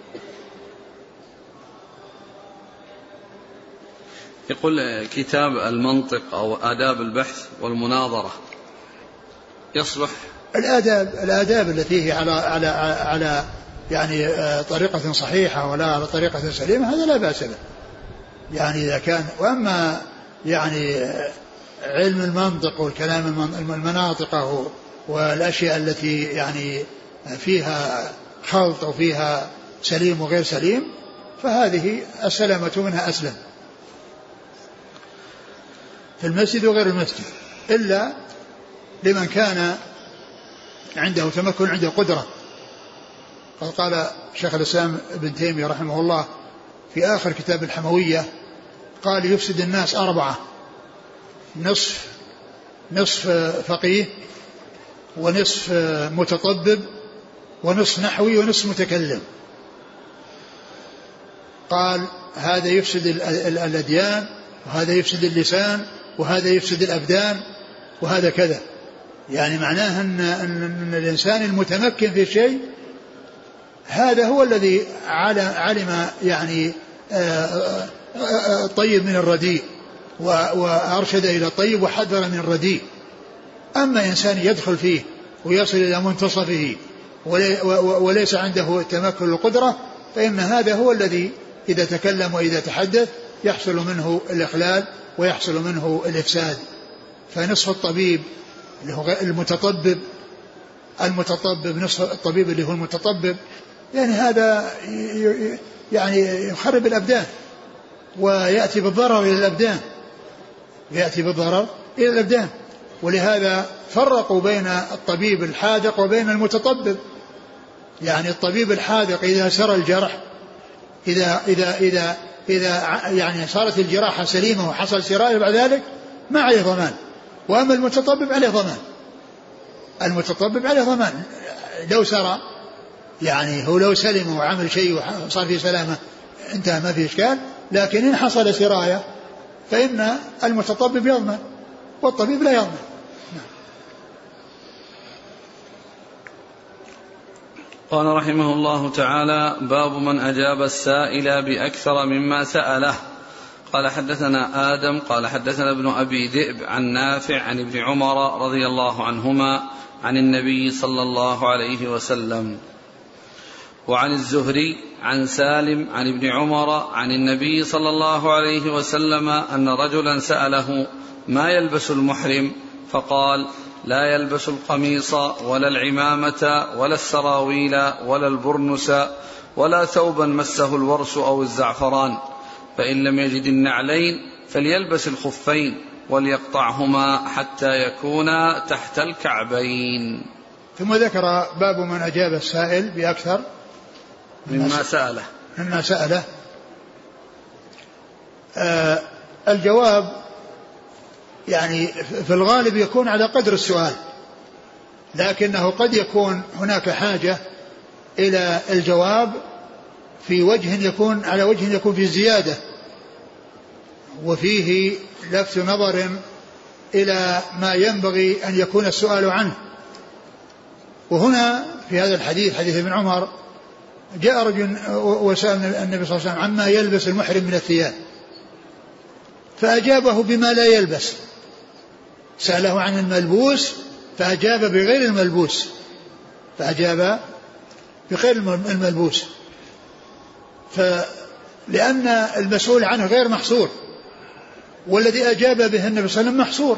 يقول كتاب المنطق أو آداب البحث والمناظرة يصلح الآداب الآداب التي هي على على على يعني طريقة صحيحة ولا على طريقة سليمة هذا لا بأس به يعني إذا كان. وأما يعني علم المنطق والكلام المناطق والأشياء التي يعني فيها خلط وفيها سليم وغير سليم فهذه السلامة منها أسلم في المسجد وغير المسجد إلا لمن كان عنده تمكن عنده قدرة. قد قال شيخ الإسلام ابن تيمية رحمه الله في آخر كتاب الحموية قال يفسد الناس أربعة: نصف نصف فقيه ونصف متطبب ونصف نحوي ونصف متكلم. قال هذا يفسد الأديان وهذا يفسد اللسان وهذا يفسد الأبدان وهذا كذا. يعني معناه أن, أن الإنسان المتمكن في شيء هذا هو الذي علم يعني الطيب من الرديء وأرشد إلى الطيب وحذر من الرديء. أما إنسان يدخل فيه ويصل إلى منتصفه وليس عنده التمكن والقدرة فإن هذا هو الذي إذا تكلم وإذا تحدث يحصل منه الإخلال ويحصل منه الإفساد. فنصف الطبيب اللي هو المتطبب المتطبب نصف الطبيب اللي هو المتطبب يعني هذا يعني يخرب الأبدان ويأتي بالضرر إلى الأبدان يأتي بالضرر إلى الأبدان. ولهذا فرقوا بين الطبيب الحاذق وبين المتطبب. يعني الطبيب الحاذق إذا سرى الجرح إذا إذا إذا إذا يعني صارت الجراحة سليمة وحصل سراية بعد ذلك ما عليه ضمان. وأما المتطبب عليه ضمان المتطبب عليه ضمان لو سرى يعني هو لو سلم وعمل شيء وصار فيه سلامة انتهى ما فيه إشكال. لكن إن حصل سراية فإن المتطبب يضمن والطبيب لا يضمن. قال رحمه الله تعالى: باب من أجاب السائل بأكثر مما سأله. قال حدثنا آدم قال حدثنا ابن أبي ذئب عن نافع عن ابن عمر رضي الله عنهما عن النبي صلى الله عليه وسلم وعن الزهري عن سالم عن ابن عمر عن النبي صلى الله عليه وسلم أن رجلا سأله: ما يلبس المحرم؟ فقال: لا يلبس القميص ولا العمامة ولا السراويل ولا البرنس ولا ثوبا مسه الورس أو الزعفران، فإن لم يجد النعلين فليلبس الخفين وليقطعهما حتى يكونا تحت الكعبين. ثم ذكر باب من أجاب السائل بأكثر مما سأله مما سأله. آه الجواب يعني في الغالب يكون على قدر السؤال، لكنه قد يكون هناك حاجة إلى الجواب في وجه يكون على وجه يكون في زيادة وفيه لفت نظر إلى ما ينبغي أن يكون السؤال عنه. وهنا في هذا الحديث حديث ابن عمر جاء رجل وسأل النبي صلى الله عليه وسلم عما يلبس المحرم من الثياب فأجابه بما لا يلبس. سأله عن الملبوس فأجاب بغير الملبوس فأجاب بغير الملبوس فلأن المسؤول عنه غير محصور والذي أجاب به النبي صلى الله عليه وسلم محصور.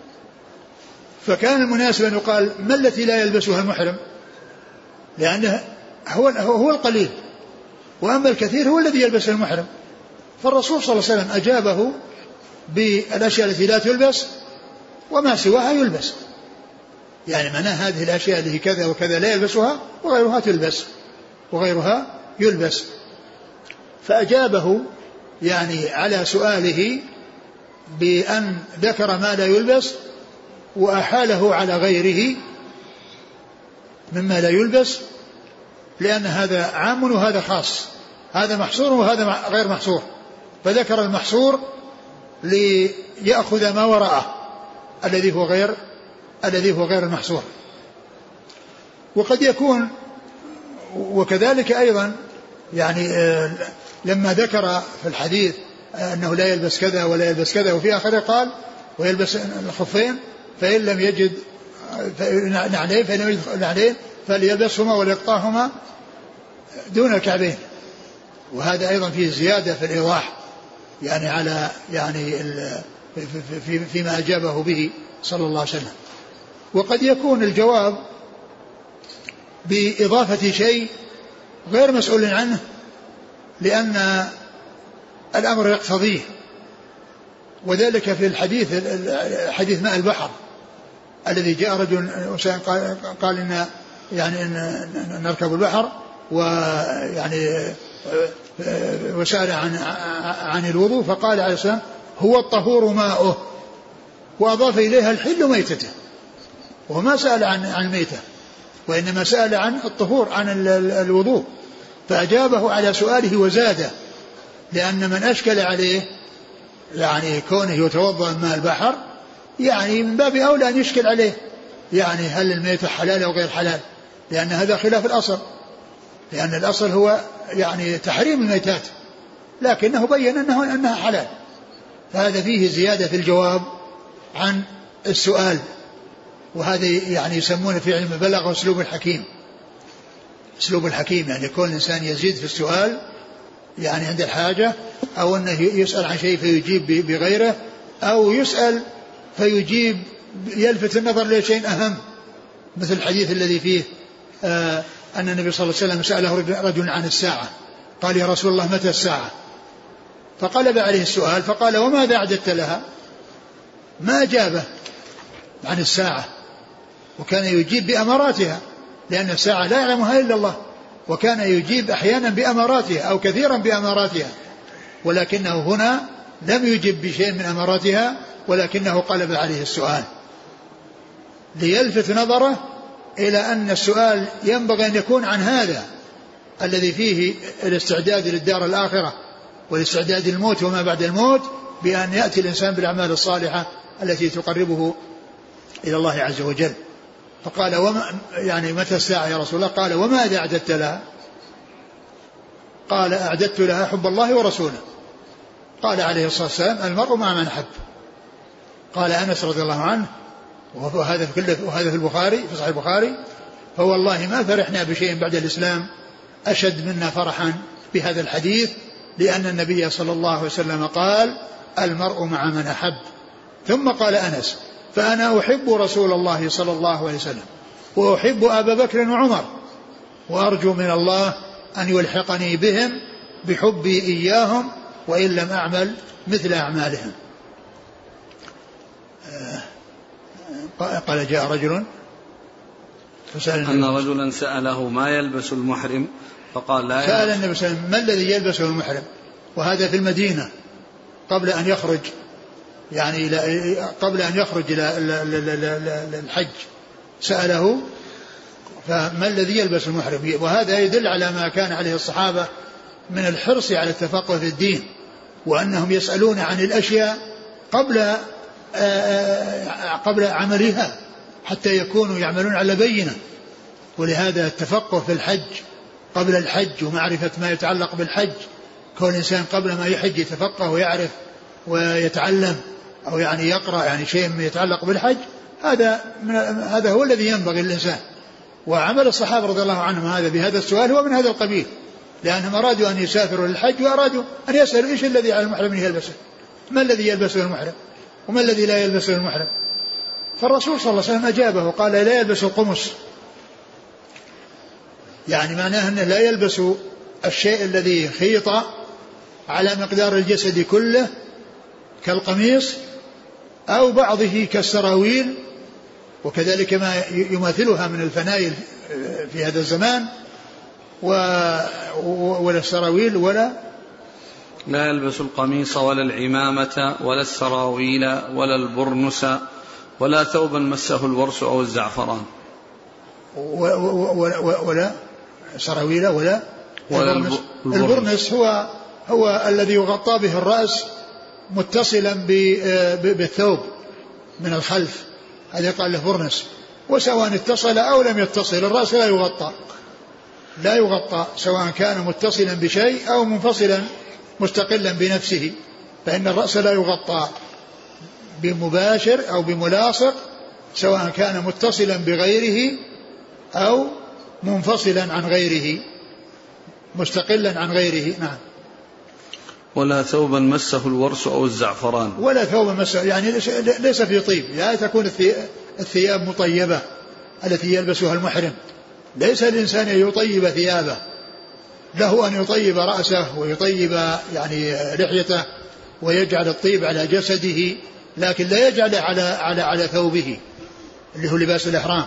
فكان المناسب أن يقال ما التي لا يلبسها المحرم لأنه هو, هو القليل وأما الكثير هو الذي يلبس المحرم. فالرسول صلى الله عليه وسلم أجابه بالأشياء التي لا تلبس وما سواها يلبس. يعني معناه هذه الأشياء التي كذا وكذا لا يلبسها وغيرها تلبس وغيرها يلبس. فأجابه يعني على سؤاله بأن ذكر ما لا يلبس وأحاله على غيره مما لا يلبس لأن هذا عام وهذا خاص، هذا محصور وهذا غير محصور. فذكر المحصور ليأخذ ما وراءه الذي هو غير الذي هو غير المحصور. وقد يكون وكذلك أيضا يعني لما ذكر في الحديث أنه لا يلبس كذا ولا يلبس كذا وفي آخره قال ويلبس الخفين فإن لم يجد نعلين فإن لم يجد نعلين فليلبسهما وليقطعهما دون الكعبين. وهذا أيضا فيه زيادة في الإيضاح يعني على يعني في فيما أجابه به صلى الله عليه وسلم. وقد يكون الجواب بإضافة شيء غير مسؤول عنه لأن الأمر يقتضيه، وذلك في الحديث حديث ماء البحر الذي جاء رجل قال إن يعني إن نركب البحر ويعني وسأل عن عن الوضوء فقال عليه السلام هو الطهور ماؤه، وأضاف إليها الحل ميتته، وما سأل عن عن الميتة وإنما سأل عن الطهور عن الوضوء، فأجابه على سؤاله وزاده، لأن من أشكل عليه يعني كونه يتوضأ ماء البحر يعني من باب أولى أن يشكل عليه يعني هل الميتة حلال أو غير حلال، لأن هذا خلاف الأصل، لأن الأصل هو يعني تحريم الميتات، لكنه بين أنه أنها حلال، فهذا فيه زيادة في الجواب عن السؤال. وهذا يعني يسمونه في علم البلاغة أسلوب الحكيم، أسلوب الحكيم يعني كل إنسان يزيد في السؤال يعني عند الحاجة، أو أنه يسأل عن شيء فيجيب بغيره، أو يسأل فيجيب يلفت النظر لشيء أهم، مثل الحديث الذي فيه آه أن النبي صلى الله عليه وسلم سأله رجل عن الساعة قال يا رسول الله متى الساعة؟ فقلب عليه السؤال فقال وماذا أعددت لها؟ ما أجابه عن الساعة، وكان يجيب بأماراتها لأن الساعة لا يعلمها إلا الله، وكان يجيب أحيانا بأماراتها أو كثيرا بأماراتها، ولكنه هنا لم يجب بشيء من أماراتها، ولكنه قلب عليه السؤال ليلفت نظره إلى أن السؤال ينبغي أن يكون عن هذا الذي فيه الاستعداد للدار الآخرة والاستعداد للموت وما بعد الموت، بأن يأتي الإنسان بالأعمال الصالحة التي تقربه إلى الله عز وجل. فقال وما يعني متى الساعة يا رسول الله؟ قال وماذا أعددت لها؟ قال أعددت لها حب الله ورسوله. قال عليه الصلاة والسلام المرء مع من أحب. قال أنس رضي الله عنه وهذا في كله وهذا في البخاري في صحيح البخاري فوالله ما فرحنا بشيء بعد الإسلام أشد منا فرحا بهذا الحديث، لأن النبي صلى الله عليه وسلم قال المرء مع من أحب. ثم قال أنس فأنا أحب رسول الله صلى الله عليه وسلم وأحب أبا بكر وعمر وأرجو من الله أن يلحقني بهم بحبي إياهم وإن لم أعمل مثل أعمالهم. قال جاء رجل فسأل أن رجلا سأله ما يلبس المحرم فقال لا يلبس. سأل النبي صلى الله عليه وسلم ما الذي يلبسه المحرم، وهذا في المدينة قبل أن يخرج يعني قبل أن يخرج إلى الحج سأله فما الذي يلبس المحرم، وهذا يدل على ما كان عليه الصحابة من الحرص على التفقه في الدين، وأنهم يسألون عن الأشياء قبل قبل عملها حتى يكونوا يعملون على بينة. ولهذا التفقه في الحج قبل الحج ومعرفة ما يتعلق بالحج، كون الإنسان قبل ما يحج يتفقه ويعرف ويتعلم أو يعني يقرأ يعني شيء ما يتعلق بالحج، هذا هذا هو الذي ينبغي للإنسان. وعمل الصحابة رضي الله عنهم هذا بهذا السؤال هو من هذا القبيل، لأنهم أرادوا أن يسافروا للحج وأرادوا أن يسألوا إيش الذي على المحرم أن يلبسه، ما الذي يلبسه المحرم وما الذي لا يلبسه المحرم. فالرسول صلى الله عليه وسلم أجابه قال لا يلبس القمص، يعني معناه أنه لا يلبس الشيء الذي خيط على مقدار الجسد كله كالقميص أو بعضه كالسراويل، وكذلك ما يماثلها من الفنايل في هذا الزمان، ولا السراويل ولا لا يلبس القميص ولا العمامة ولا السراويل ولا البرنس ولا ثوبا مسه الورس أو الزعفران ولا سراويل ولا البرنس. البرنس هو هو الذي يغطى به الرأس متصلا بالثوب من الخلف، هذا قال له برنس. وسواء اتصل أو لم يتصل الرأس لا يغطى لا يغطى سواء كان متصلا بشيء أو منفصلا مستقلا بنفسه، فإن الرأس لا يغطى بمباشر أو بملاصق سواء كان متصلا بغيره أو منفصلا عن غيره مستقلا عن غيره. نعم. ولا ثوبا مسه الورس أو الزعفران. ولا ثوبا مسه يعني ليس في طيب، لا تكون الثياب مطيبة التي يلبسها المحرم. ليس الإنسان يطيب ثيابه، له أن يطيب رأسه ويطيب يعني لحيته ويجعل الطيب على جسده، لكن لا يجعل على على على ثوبه اللي هو لباس الإحرام.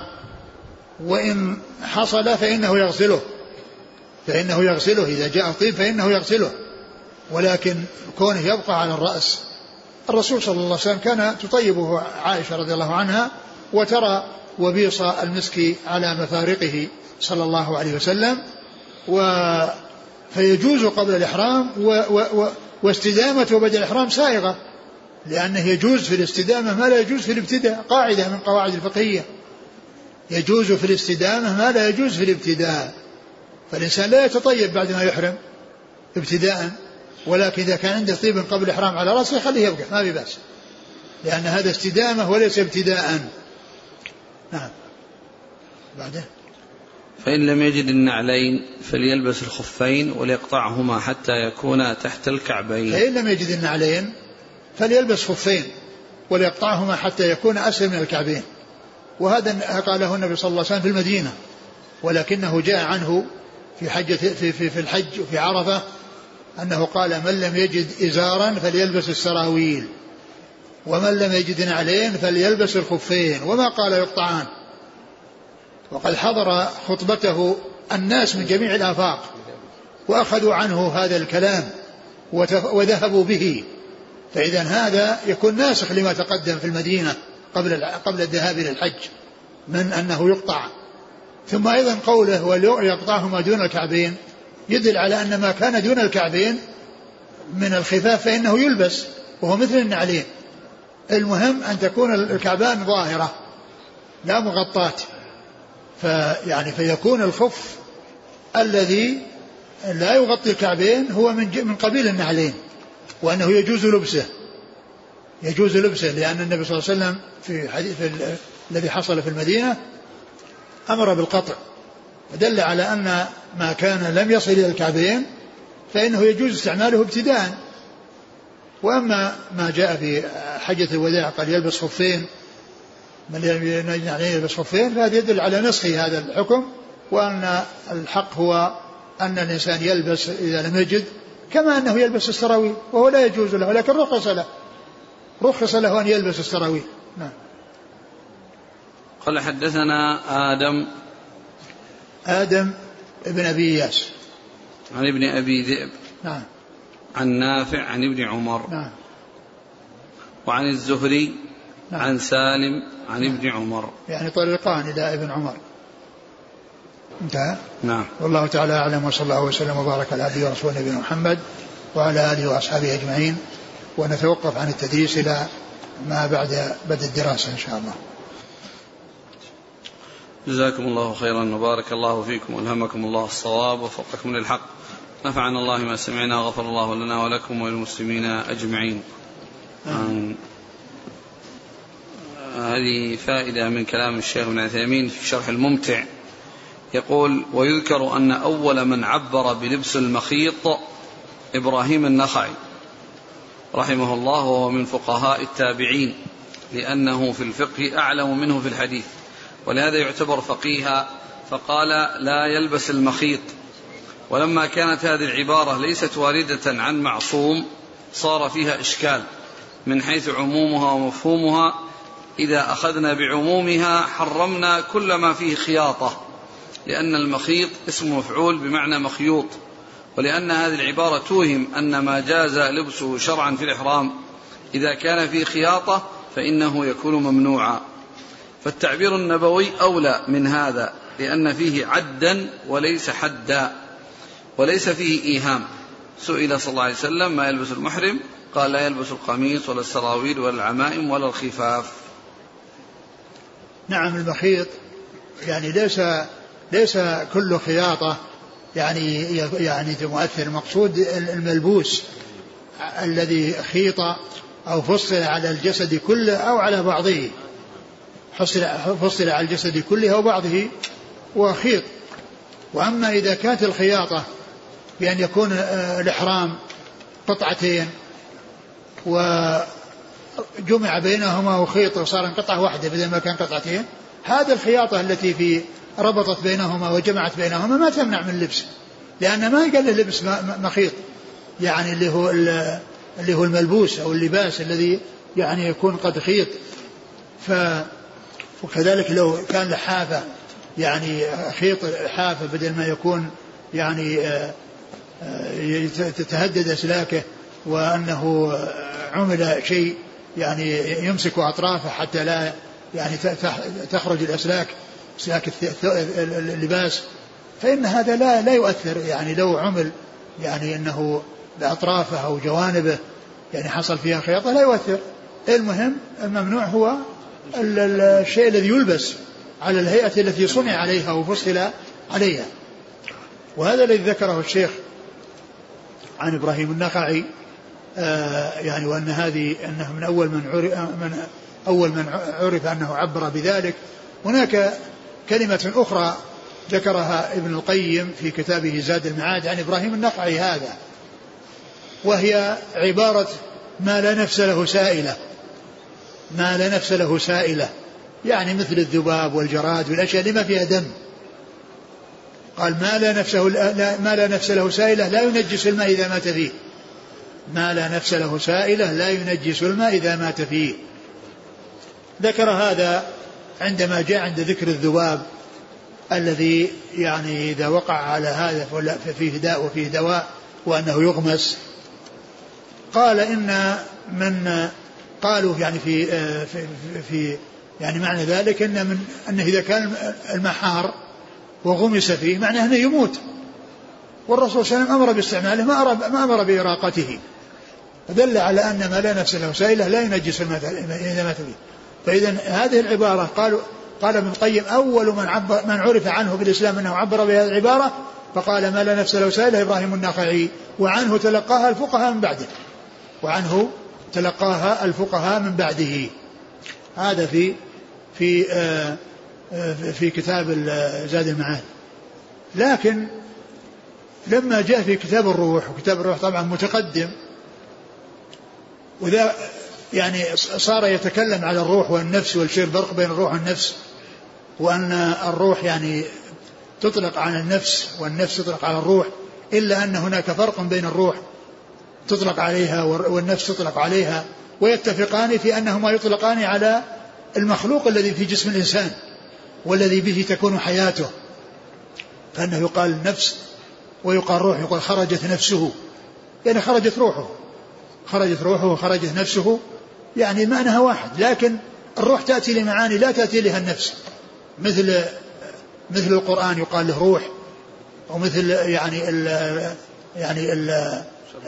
وإن حصل فإنه يغسله فإنه يغسله إذا جاء الطيب فإنه يغسله، ولكن كونه يبقى على الرأس. الرسول صلى الله عليه وسلم كان تطيبه عائشة رضي الله عنها وترى وبيص المسك على مفارقه صلى الله عليه وسلم، و فيجوز قبل الإحرام و... و... و... واستدامته بدل الإحرام سائغة، لأنه يجوز في الاستدامة ما لا يجوز في الابتداء. قاعدة من قواعد الفقهية، يجوز في الاستدامة ما لا يجوز في الابتداء. فالإنسان لا يتطيب بعد ما يحرم ابتداء، ولكن إذا كان عنده طيب قبل الإحرام على رأسه خليه يبقى ما بباس، لأن هذا استدامة وليس ابتداء. نعم. بعده فإن لم يجد النعلين فليلبس الخفين وليقطعهما حتى يكونا تحت الكعبين. فإن لم يجد النعلين فليلبس خفين وليقطعهما حتى يكون أسفل من الكعبين. وهذا قاله النبي صلى الله عليه وسلم في المدينة، ولكنه جاء عنه في حجة في, في, في الحج وفي عرفة أنه قال من لم يجد إزارا فليلبس السراويل، ومن لم يجد نعلين فليلبس الخفين، وما قال يقطعان. وقد حضر خطبته الناس من جميع الآفاق وأخذوا عنه هذا الكلام وذهبوا به، فإذا هذا يكون ناسخ لما تقدم في المدينة قبل قبل الذهاب إلى الحج من أنه يقطع. ثم أيضا قوله وليقطعهما دون الكعبين يدل على أن ما كان دون الكعبين من الخفاف فإنه يلبس وهو مثل النعلين. المهم أن تكون الكعبان ظاهرة لا مغطاة، فيعني فيكون الخف الذي لا يغطي الكعبين هو من من قبيل النعلين، وأنه يجوز لبسه يجوز لبسه لأن النبي صلى الله عليه وسلم في حديث الذي حصل في المدينة أمر بالقطع، ودل على أن ما كان لم يصل إلى الكعبين فإنه يجوز استعماله ابتداء. وأما ما جاء في حجة الوداع قال يلبس خفين من يلبس خفين، فهذا يدل على نسخ هذا الحكم، وأن الحق هو أن الإنسان يلبس إذا لم يجد، كما أنه يلبس السراويل وهو لا يجوز له، لكن رخص له رخص له أن يلبس السراويل. نعم. قال حدثنا آدم آدم ابن أبي إياس عن ابن أبي ذئب نعم عن نافع عن ابن عمر نعم وعن الزهري نعم عن سالم عن ابن عمر، يعني طريقان إلى ابن عمر. انتهى. نعم. والله تعالى أعلم، وصلى الله وسلم وبارك على عبده ورسوله نبينا محمد وعلى آله وأصحابه أجمعين. ونتوقف عن التدريس إلى ما بعد بدء الدراسة إن شاء الله. جزاكم الله خيرا وبارك الله فيكم والهمكم الله الصواب ووفقكم للحق. نفعنا الله ما سمعنا وغفر الله لنا ولكم وللمسلمين أجمعين. آه. هذه فائدة من كلام الشيخ ابن عثيمين في شرح الممتع، يقول ويذكر أن أول من عبر بلبس المخيط إبراهيم النخعي رحمه الله، وهو من فقهاء التابعين لأنه في الفقه أعلم منه في الحديث، ولهذا يعتبر فقيها، فقال لا يلبس المخيط. ولما كانت هذه العبارة ليست واردة عن معصوم صار فيها إشكال من حيث عمومها ومفهومها. إذا أخذنا بعمومها حرمنا كل ما فيه خياطة، لأن المخيط اسم مفعول بمعنى مخيوط، ولأن هذه العبارة توهم أن ما جاز لبسه شرعا في الإحرام إذا كان فيه خياطة فإنه يكون ممنوعا. فالتعبير النبوي أولى من هذا، لأن فيه عدا وليس حدا وليس فيه إيهام. سئل صلى الله عليه وسلم ما يلبس المحرم، قال لا يلبس القميص ولا السراويل ولا العمائم ولا الخفاف. نعم. المخيط يعني ليس ليس كل خياطة يعني يعني مؤثر، مقصود الملبوس الذي خيط أو فصل على الجسد كله أو على بعضه، حصل, فصل على الجسد كله وبعضه وخيط. وأما إذا كانت الخياطة بأن يكون الإحرام قطعتين وجمع بينهما وخيط وصار قطعة واحدة بدل ما كان قطعتين، هذا الخياطة التي في ربطت بينهما وجمعت بينهما ما تمنع من اللبس، لأن ما قال له لبس مخيط يعني اللي هو اللي هو الملبوس أو اللباس الذي يعني يكون قد خيط. ف وكذلك لو كان لحافة يعني خيط حافة بدل ما يكون يعني تتهدد أسلاكه وأنه عمل شيء يعني يمسك أطرافه حتى لا يعني تخرج الأسلاك أسلاك اللباس، فإن هذا لا لا يؤثر يعني لو عمل يعني أنه بأطرافه أو جوانبه يعني حصل فيها خياطة لا يؤثر. المهم الممنوع هو الشيء الذي يلبس على الهيئة التي صنع عليها وفصل عليها. وهذا الذي ذكره الشيخ عن إبراهيم النخعي آه يعني وأن هذه أنه من أول من عرف, من أول من عرف أنه عبر بذلك. هناك كلمة أخرى ذكرها ابن القيم في كتابه زاد المعاد عن إبراهيم النخعي هذا، وهي عبارة ما لا نفس له سائلة، ما لا نفس له سائلة يعني مثل الذباب والجراد والأشياء اللي ما فيها دم. قال ما لا نفسه لا ما لا نفس له سائلة لا ينجس الماء إذا مات فيه، ما لا نفس له سائلة لا ينجس الماء إذا مات فيه. ذكر هذا عندما جاء عند ذكر الذباب الذي يعني إذا وقع على هذا فيه داء وفيه دواء وأنه يغمس. قال إن من قالوا يعني في في, في يعني معنى ذلك إن من أنه إذا كان المحار وغمس فيه معناه أنه يموت، والرسول صلى الله عليه وسلم أمر باستعماله ما أمر, ما أمر بإراقته، فدل على أن ما لا نفس له سائلة لا ينجس إذا مات فيه. فإذا هذه العبارة قالوا قال ابن القيم أول من, عبر من عرف عنه في الإسلام أنه عبر بهذه العبارة فقال ما لا نفس له سائلة إبراهيم النخعي، وعنه تلقاها الفقهاء من بعده وعنه تلقاها الفقهاء من بعده. هذا في في آه في كتاب زاد المعاد. لكن لما جاء في كتاب الروح، وكتاب الروح طبعا متقدم وذا يعني صار يتكلم على الروح والنفس والشيء الفرق بين الروح والنفس، وأن الروح يعني تطلق على النفس والنفس تطلق على الروح، إلا أن هناك فرق بين الروح تطلق عليها والنفس تطلق عليها، ويتفقان في أنهما يطلقان على المخلوق الذي في جسم الإنسان والذي به تكون حياته، فأنه يقال نفس ويقال روح، يقال خرجت نفسه يعني خرجت روحه، خرجت روحه وخرجت نفسه يعني معناها واحد، لكن الروح تأتي لمعاني لا تأتي لها النفس، مثل مثل القرآن يقال له روح، ومثل يعني ال يعني ال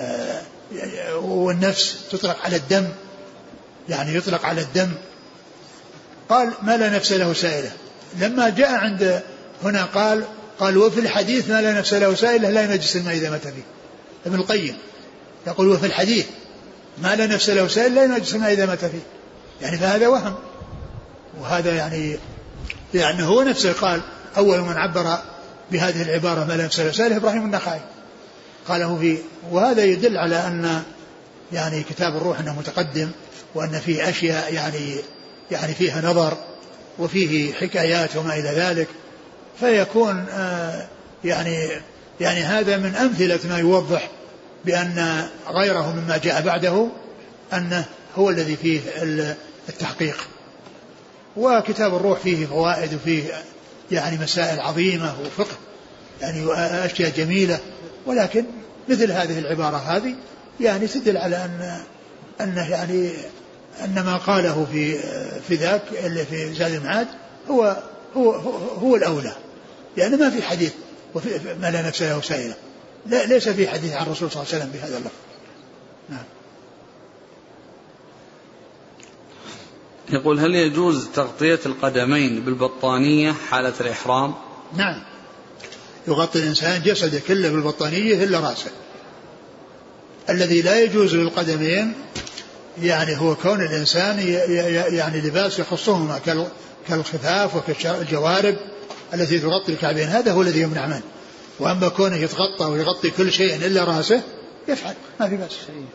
والنفس تطلق على الدم يعني يطلق على الدم. قال ما لا نفس له سائلة. لما جاء عند هنا قال قال وفي الحديث ما لا نفس له سائلة لا ينجس الماء إذا مات فيه. ابن القيم يقول وفي الحديث ما لا نفس له سائلة لا ينجس الماء إذا مات فيه، يعني فهذا وهم، وهذا يعني يعني هو نفسه قال أول من عبر بهذه العبارة ما لا نفس له سائلة إبراهيم النخعي قاله فيه. وهذا يدل على أن يعني كتاب الروح أنه متقدم، وأن فيه أشياء يعني يعني فيها نظر وفيه حكايات وما إلى ذلك، فيكون آه يعني يعني هذا من أمثلة ما يوضح بأن غيره مما جاء بعده أنه هو الذي فيه التحقيق. وكتاب الروح فيه فوائد وفيه يعني مسائل عظيمة وفقه يعني أشياء جميلة، ولكن مثل هذه العبارة هذه يعني تدل على أن أنه يعني أن ما قاله في في ذاك اللي في زاد المعاد هو هو هو, هو الأولى، لأن يعني ما في حديث وفي ما لا نفس له سائلة، لا ليس في حديث عن الرسول صلى الله عليه وسلم بهذا اللفظ. نعم. يقول هل يجوز تغطية القدمين بالبطانية حالة الإحرام؟ نعم، يغطي الإنسان جسده كله بالبطانية إلا رأسه. الذي لا يجوز للقدمين يعني هو كون الإنسان يعني لباس يخصهما كالخفاف وكالجوارب التي تغطي الكعبين، هذا هو الذي يمنع منه. وأما كونه يتغطى ويغطي كل شيء إلا رأسه يفعل، ما في بأس.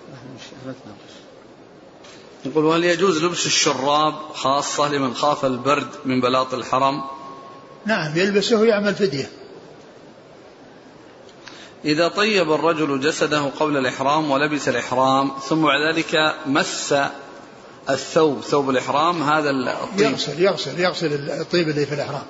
يقول: وهل يجوز لبس الشراب خاصة لمن خاف البرد من بلاط الحرم؟ نعم يلبسه ويعمل فدية. إذا طيب الرجل جسده قبل الإحرام ولبس الإحرام ثم بعد ذلك مس الثوب ثوب الإحرام، هذا الطيب يغسل يغسل يغسل الطيب اللي في الإحرام.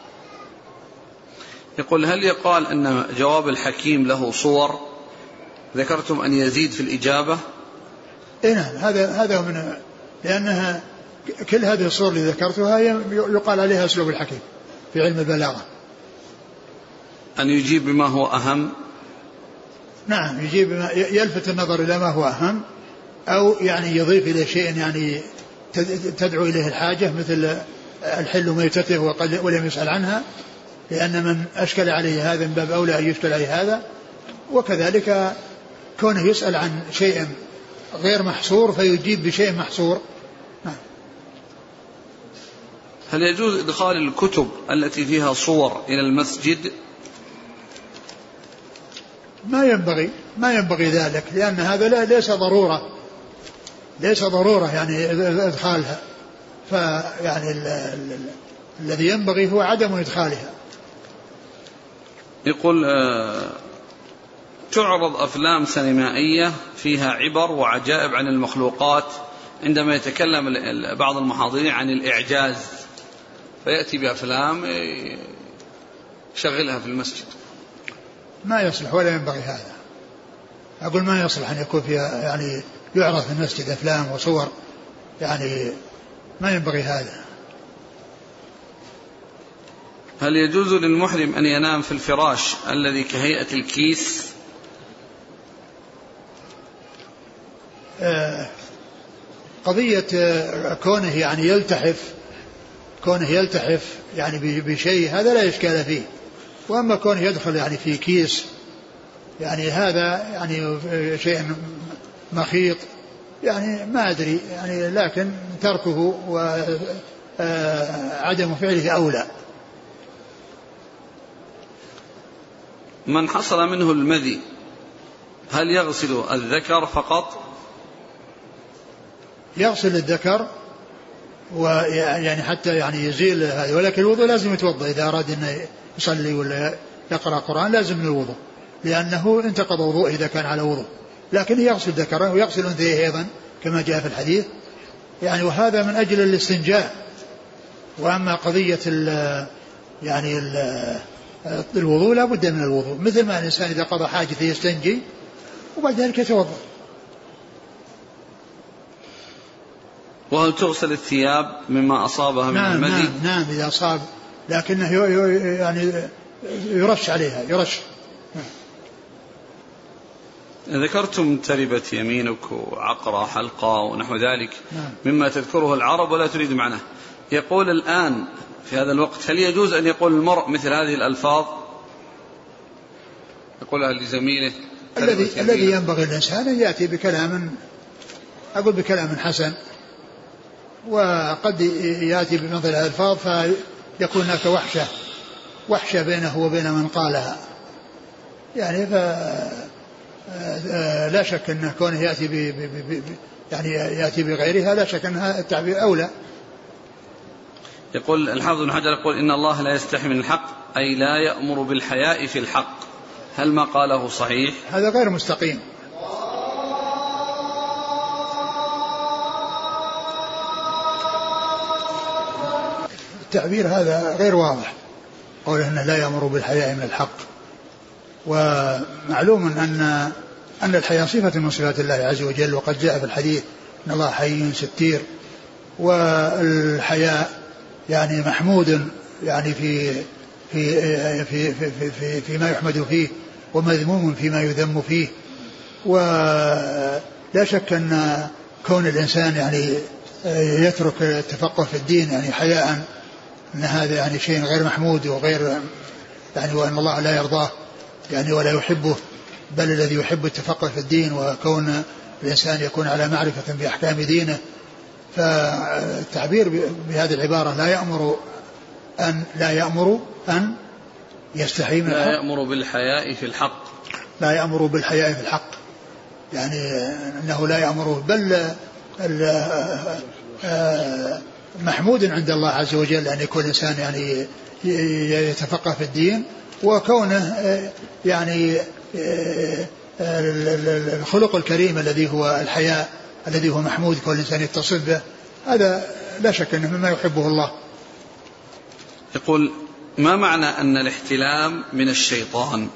يقول: هل يقال أن جواب الحكيم له صور؟ ذكرتم أن يزيد في الإجابة. إيه نعم، هذا هذا من لأنها كل هذه الصور اللي ذكرتها يقال عليها أسلوب الحكيم في علم البلاغة. أن يجيب بما هو أهم. نعم يجيب بما يلفت النظر إلى ما هو أهم، أو يعني يضيف إلى شيء يعني تدعو إليه الحاجة، مثل الحل ميتته ولم يسأل عنها، لأن من أشكل عليه هذا من باب أولى أن يشكل عليه هذا. وكذلك كونه يسأل عن شيء غير محصور فيجيب بشيء محصور. نعم. هل يجوز إدخال الكتب التي فيها صور إلى المسجد؟ ما ينبغي ما ينبغي ذلك، لأن هذا لا ليس ضرورة ليس ضرورة يعني إدخالها، فيعني ال ال ال الذي ينبغي هو عدم إدخالها. يقول: آه تعرض أفلام سينمائية فيها عبر وعجائب عن المخلوقات عندما يتكلم بعض المحاضرين عن الإعجاز، فيأتي بأفلام يشغلها في المسجد. ما يصلح ولا ينبغي هذا. أقول ما يصلح أن يكون فيها يعني يعرض في المسجد أفلام وصور، يعني ما ينبغي هذا. هل يجوز للمحرم أن ينام في الفراش الذي كهيئة الكيس؟ آه قضية آه كونه يعني يلتحف كونه يلتحف يعني بشيء هذا لا إشكال فيه. وأما كونه يدخل يعني في كيس يعني هذا يعني شيء مخيط يعني ما أدري يعني، لكن تركه وعدم فعله أولى. من حصل منه المذي هل يغسل الذكر فقط؟ يغسل الذكر ويعني حتى يعني يزيل هذا، ولكن الوضوء لازم يتوضأ إذا أراد أن يصلي ولا يقرأ قرآن لازم الوضوء، لأنه انتقض وضوء إذا كان على وضوء. لكن يغسل ذكره ويغسل أنثيه أيضا كما جاء في الحديث يعني، وهذا من أجل الاستنجاء. وأما قضية ال يعني ال الوضوء لا بد من الوضوء، مثل ما الإنسان إذا قضى حاجته يستنجي وبعد ذلك يتوضأ. وهل تغسل الثياب مما أصابها من نعم المذي؟ نعم, نعم إذا أصاب، لكنه يعني يرش عليها يرش. ذكرتم تربة يمينك وعقرة حلقة ونحو ذلك نعم. مما تذكره العرب ولا تريد معناه. يقول الآن في هذا الوقت هل يجوز أن يقول المرء مثل هذه الألفاظ يقولها لزميله؟ الذي الذي ينبغي الإنسان أن يأتي بكلام أقول بكلام حسن، وقد يأتي بمثل الألفاظ فيكون هناك وحشة وحشة بينه وبين من قالها يعني. ف لا شك أنه كونه يأتي ب ب يعني يأتي بغيرها لا شك أنها التعبير أولى. يقول الحافظ بن حجر يقول إن الله لا يستحي من الحق أي لا يأمر بالحياء في الحق، هل ما قاله صحيح؟ هذا غير مستقيم. التعبير هذا غير واضح، قوله أنه لا يأمر بالحياء من الحق. ومعلوم أن أن الحياء صفة من صفات الله عز وجل، وقد جاء في الحديث أن الله حي ستير، والحياء يعني محمود يعني في في في في في, في فيما يحمد فيه، ومذموم فيما يذم فيه. ولا شك أن كون الإنسان يعني يترك التفقه في الدين يعني حياء أن هذا يعني شيء غير محمود وغير يعني، وأن الله لا يرضاه يعني ولا يحبه، بل الذي يحب التفقه في الدين وكون الإنسان يكون على معرفة بأحكام دينه. فالتعبير بهذه العبارة لا يأمر أن لا يأمر أن يستحي من الحق، لا يأمر بالحياء في الحق، لا يأمر بالحياء في الحق، يعني أنه لا يأمره، بل محمود عند الله عز وجل أن يكون الإنسان يعني يتفقه في الدين، وكونه يعني الخلق الكريم الذي هو الحياء الذي هو محمود كل إنسان يتصف به، هذا لا شك أنه مما يحبه الله. يقول: ما معنى أن الاحتلام من الشيطان؟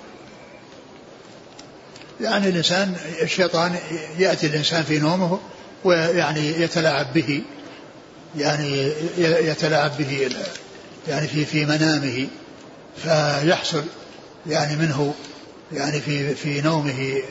يعني الإنسان الشيطان يأتي الإنسان في نومه ويعني يتلاعب به، يعني يتلاعب به يعني في في منامه، فيحصل يعني منه يعني في في نومه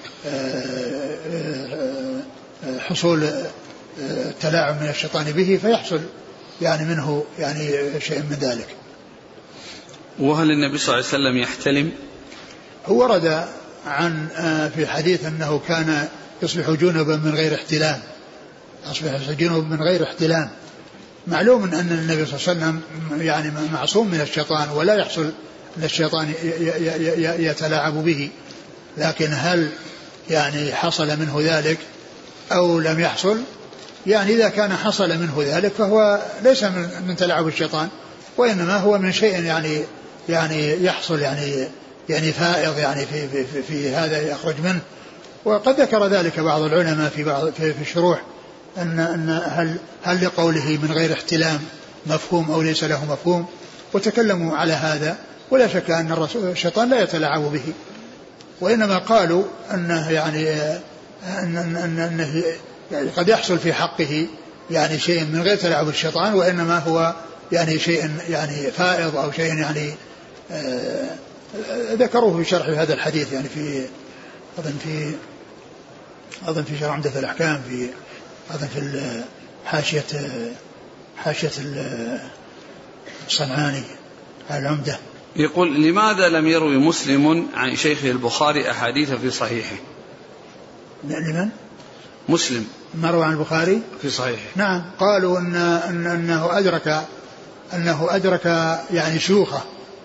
حصول التلاعب من الشيطان به، فيحصل يعني منه يعني شيء من ذلك. وهل النبي صلى الله عليه وسلم يحتلم؟ هو ورد عن في حديث أنه كان يصبح جنبا من غير احتلام، يصبح جنبا من غير احتلام. معلوم أن النبي صلى الله عليه وسلم يعني معصوم من الشيطان، ولا يحصل أن الشيطان يتلاعب به، لكن هل يعني حصل منه ذلك أو لم يحصل؟ يعني إذا كان حصل منه ذلك فهو ليس من تلاعب الشيطان، وإنما هو من شيء يعني يعني يحصل يعني يعني فائض يعني في في, في هذا يخرج منه. وقد ذكر ذلك بعض العلماء في بعض في, في الشروح أن أن هل هل لقوله من غير احتلام مفهوم أو ليس له مفهوم، وتكلموا على هذا. ولا شك أن الرسول الشيطان لا يتلاعب به، وإنما قالوا أنه يعني أن أن أنه يعني قد يحصل في حقه يعني شيء من غير تلاعب الشيطان، وإنما هو يعني شيء يعني فائض أو شيء يعني آه ذكروه في شرح هذا الحديث، يعني في أظن في أظن في شرح عمدة الأحكام، في أظن في حاشية حاشية الصنعاني على العمدة. يقول: لماذا لم يروي مسلم عن شيخه البخاري أحاديث في صحيحه؟ لمن؟ مسلم مروي عن البخاري في صحيحه. نعم، قالوا إن إن أنه أدرك أنه أدرك يعني شيوخه،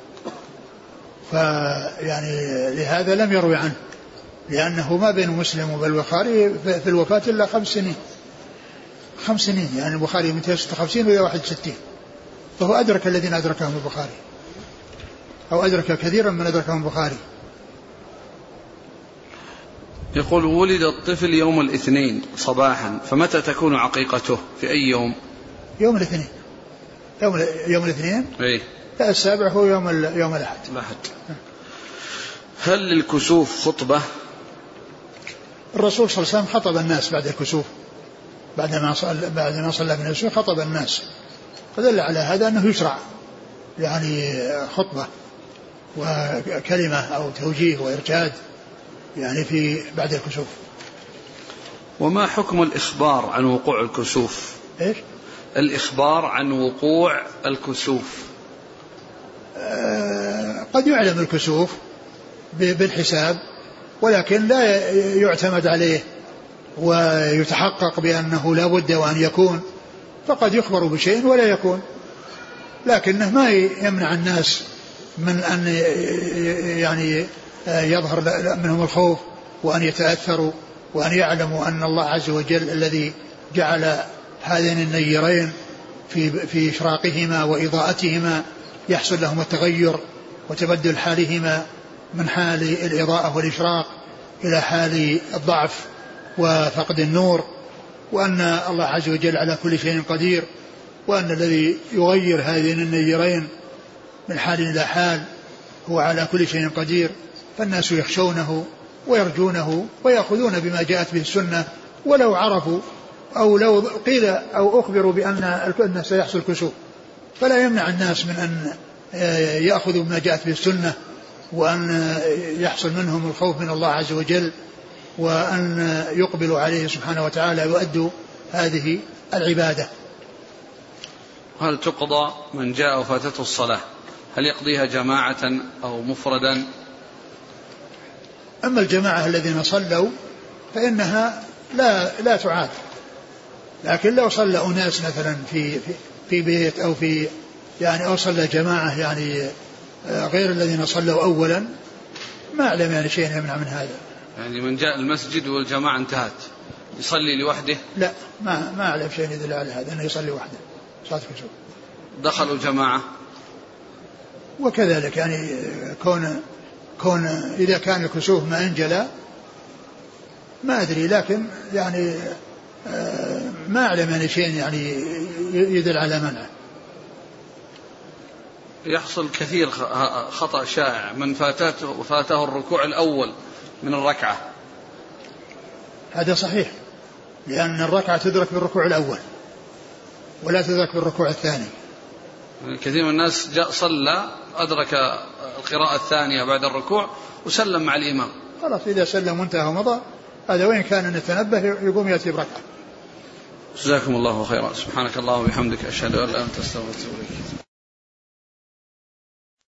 فيعني لهذا لم يروي عنه، لأنه ما بين مسلم والبخاري في الوفاة إلا خمس سنين خمس سنين يعني البخاري من ستة وخمسين إلى واحد وستين، فهو أدرك الذين أدركهم البخاري، أو أدرك كثيرا من أدركهم البخاري. يقول: ولد الطفل يوم الاثنين صباحا، فمتى تكون عقيقته؟ في أي يوم؟ يوم الاثنين. يوم يوم الاثنين؟ إيه؟ السابع هو يوم يوم الأحد. الأحد. هل للكسوف خطبة؟ الرسول صلى الله عليه وسلم خطب الناس بعد الكسوف، بعد ما صلى بعد ما صلى من الكسوف خطب الناس، فدل على هذا أنه يشرع يعني خطبة وكلمة أو توجيه وإرشاد يعني في بعد الكسوف. وما حكم الإخبار عن وقوع الكسوف؟ إيش؟ الإخبار عن وقوع الكسوف. آه قد يعلم الكسوف بالحساب، ولكن لا يعتمد عليه ويتحقق بأنه لا بد وأن يكون، فقد يخبر بشيء ولا يكون، لكنه ما يمنع الناس من أن يعني يظهر منهم الخوف وأن يتأثروا وأن يعلموا أن الله عز وجل الذي جعل هذين النيرين في في إشراقهما وإضاءتهما يحصل لهم التغير وتبدل حالهما من حال الإضاءة والإشراق إلى حال الضعف وفقد النور، وأن الله عز وجل على كل شيء قدير، وأن الذي يغير هذين النيرين من حال إلى حال هو على كل شيء قدير. فالناس يخشونه ويرجونه ويأخذون بما جاءت به السنة، ولو عرفوا أو لو قيل أو أخبروا بأن الناس سيحصل كسوف، فلا يمنع الناس من أن يأخذوا بما جاءت به السنة، وأن يحصل منهم الخوف من الله عز وجل، وأن يقبلوا عليه سبحانه وتعالى ويؤدوا هذه العبادة. هل تقضى من جاء وفاتته الصلاة؟ هل يقضيها جماعة أو مفردا؟ أما الجماعة الذين صلوا فإنها لا لا تعاد. لكن لو صلى أناس مثلا في في, في بيت أو في يعني أو صلى جماعة يعني غير الذين صلوا أولا ما أعلم يعني شيء يمنع من هذا. يعني من جاء المسجد والجماعة انتهت يصلي لوحده؟ لا ما ما أعلم شيء يدل على هذا أنه يصلي وحده صلاة كسوف. دخلوا جماعة وكذلك يعني كون كون إذا كان الكسوف ما انجلى ما أدري، لكن يعني ما أعلم يعني شيء يعني يدل على منعه. يحصل كثير خطأ شائع من فاته فاته الركوع الأول من الركعة. هذا صحيح، لأن الركعة تدرك بالركوع الأول ولا تدرك بالركوع الثاني. كثير من الناس جاء صلى أدرك القراءة الثانية بعد الركوع وسلم مع الإمام. خلاص إذا سلم وانتهى ومضى هذا، وين كان نتنبه يقوم يأتي بركعة. جزاكم الله خيرا. سبحانك اللهم وبحمدك أشهد أن لا إله إلا أنت أستغفرك وأتوب إليك.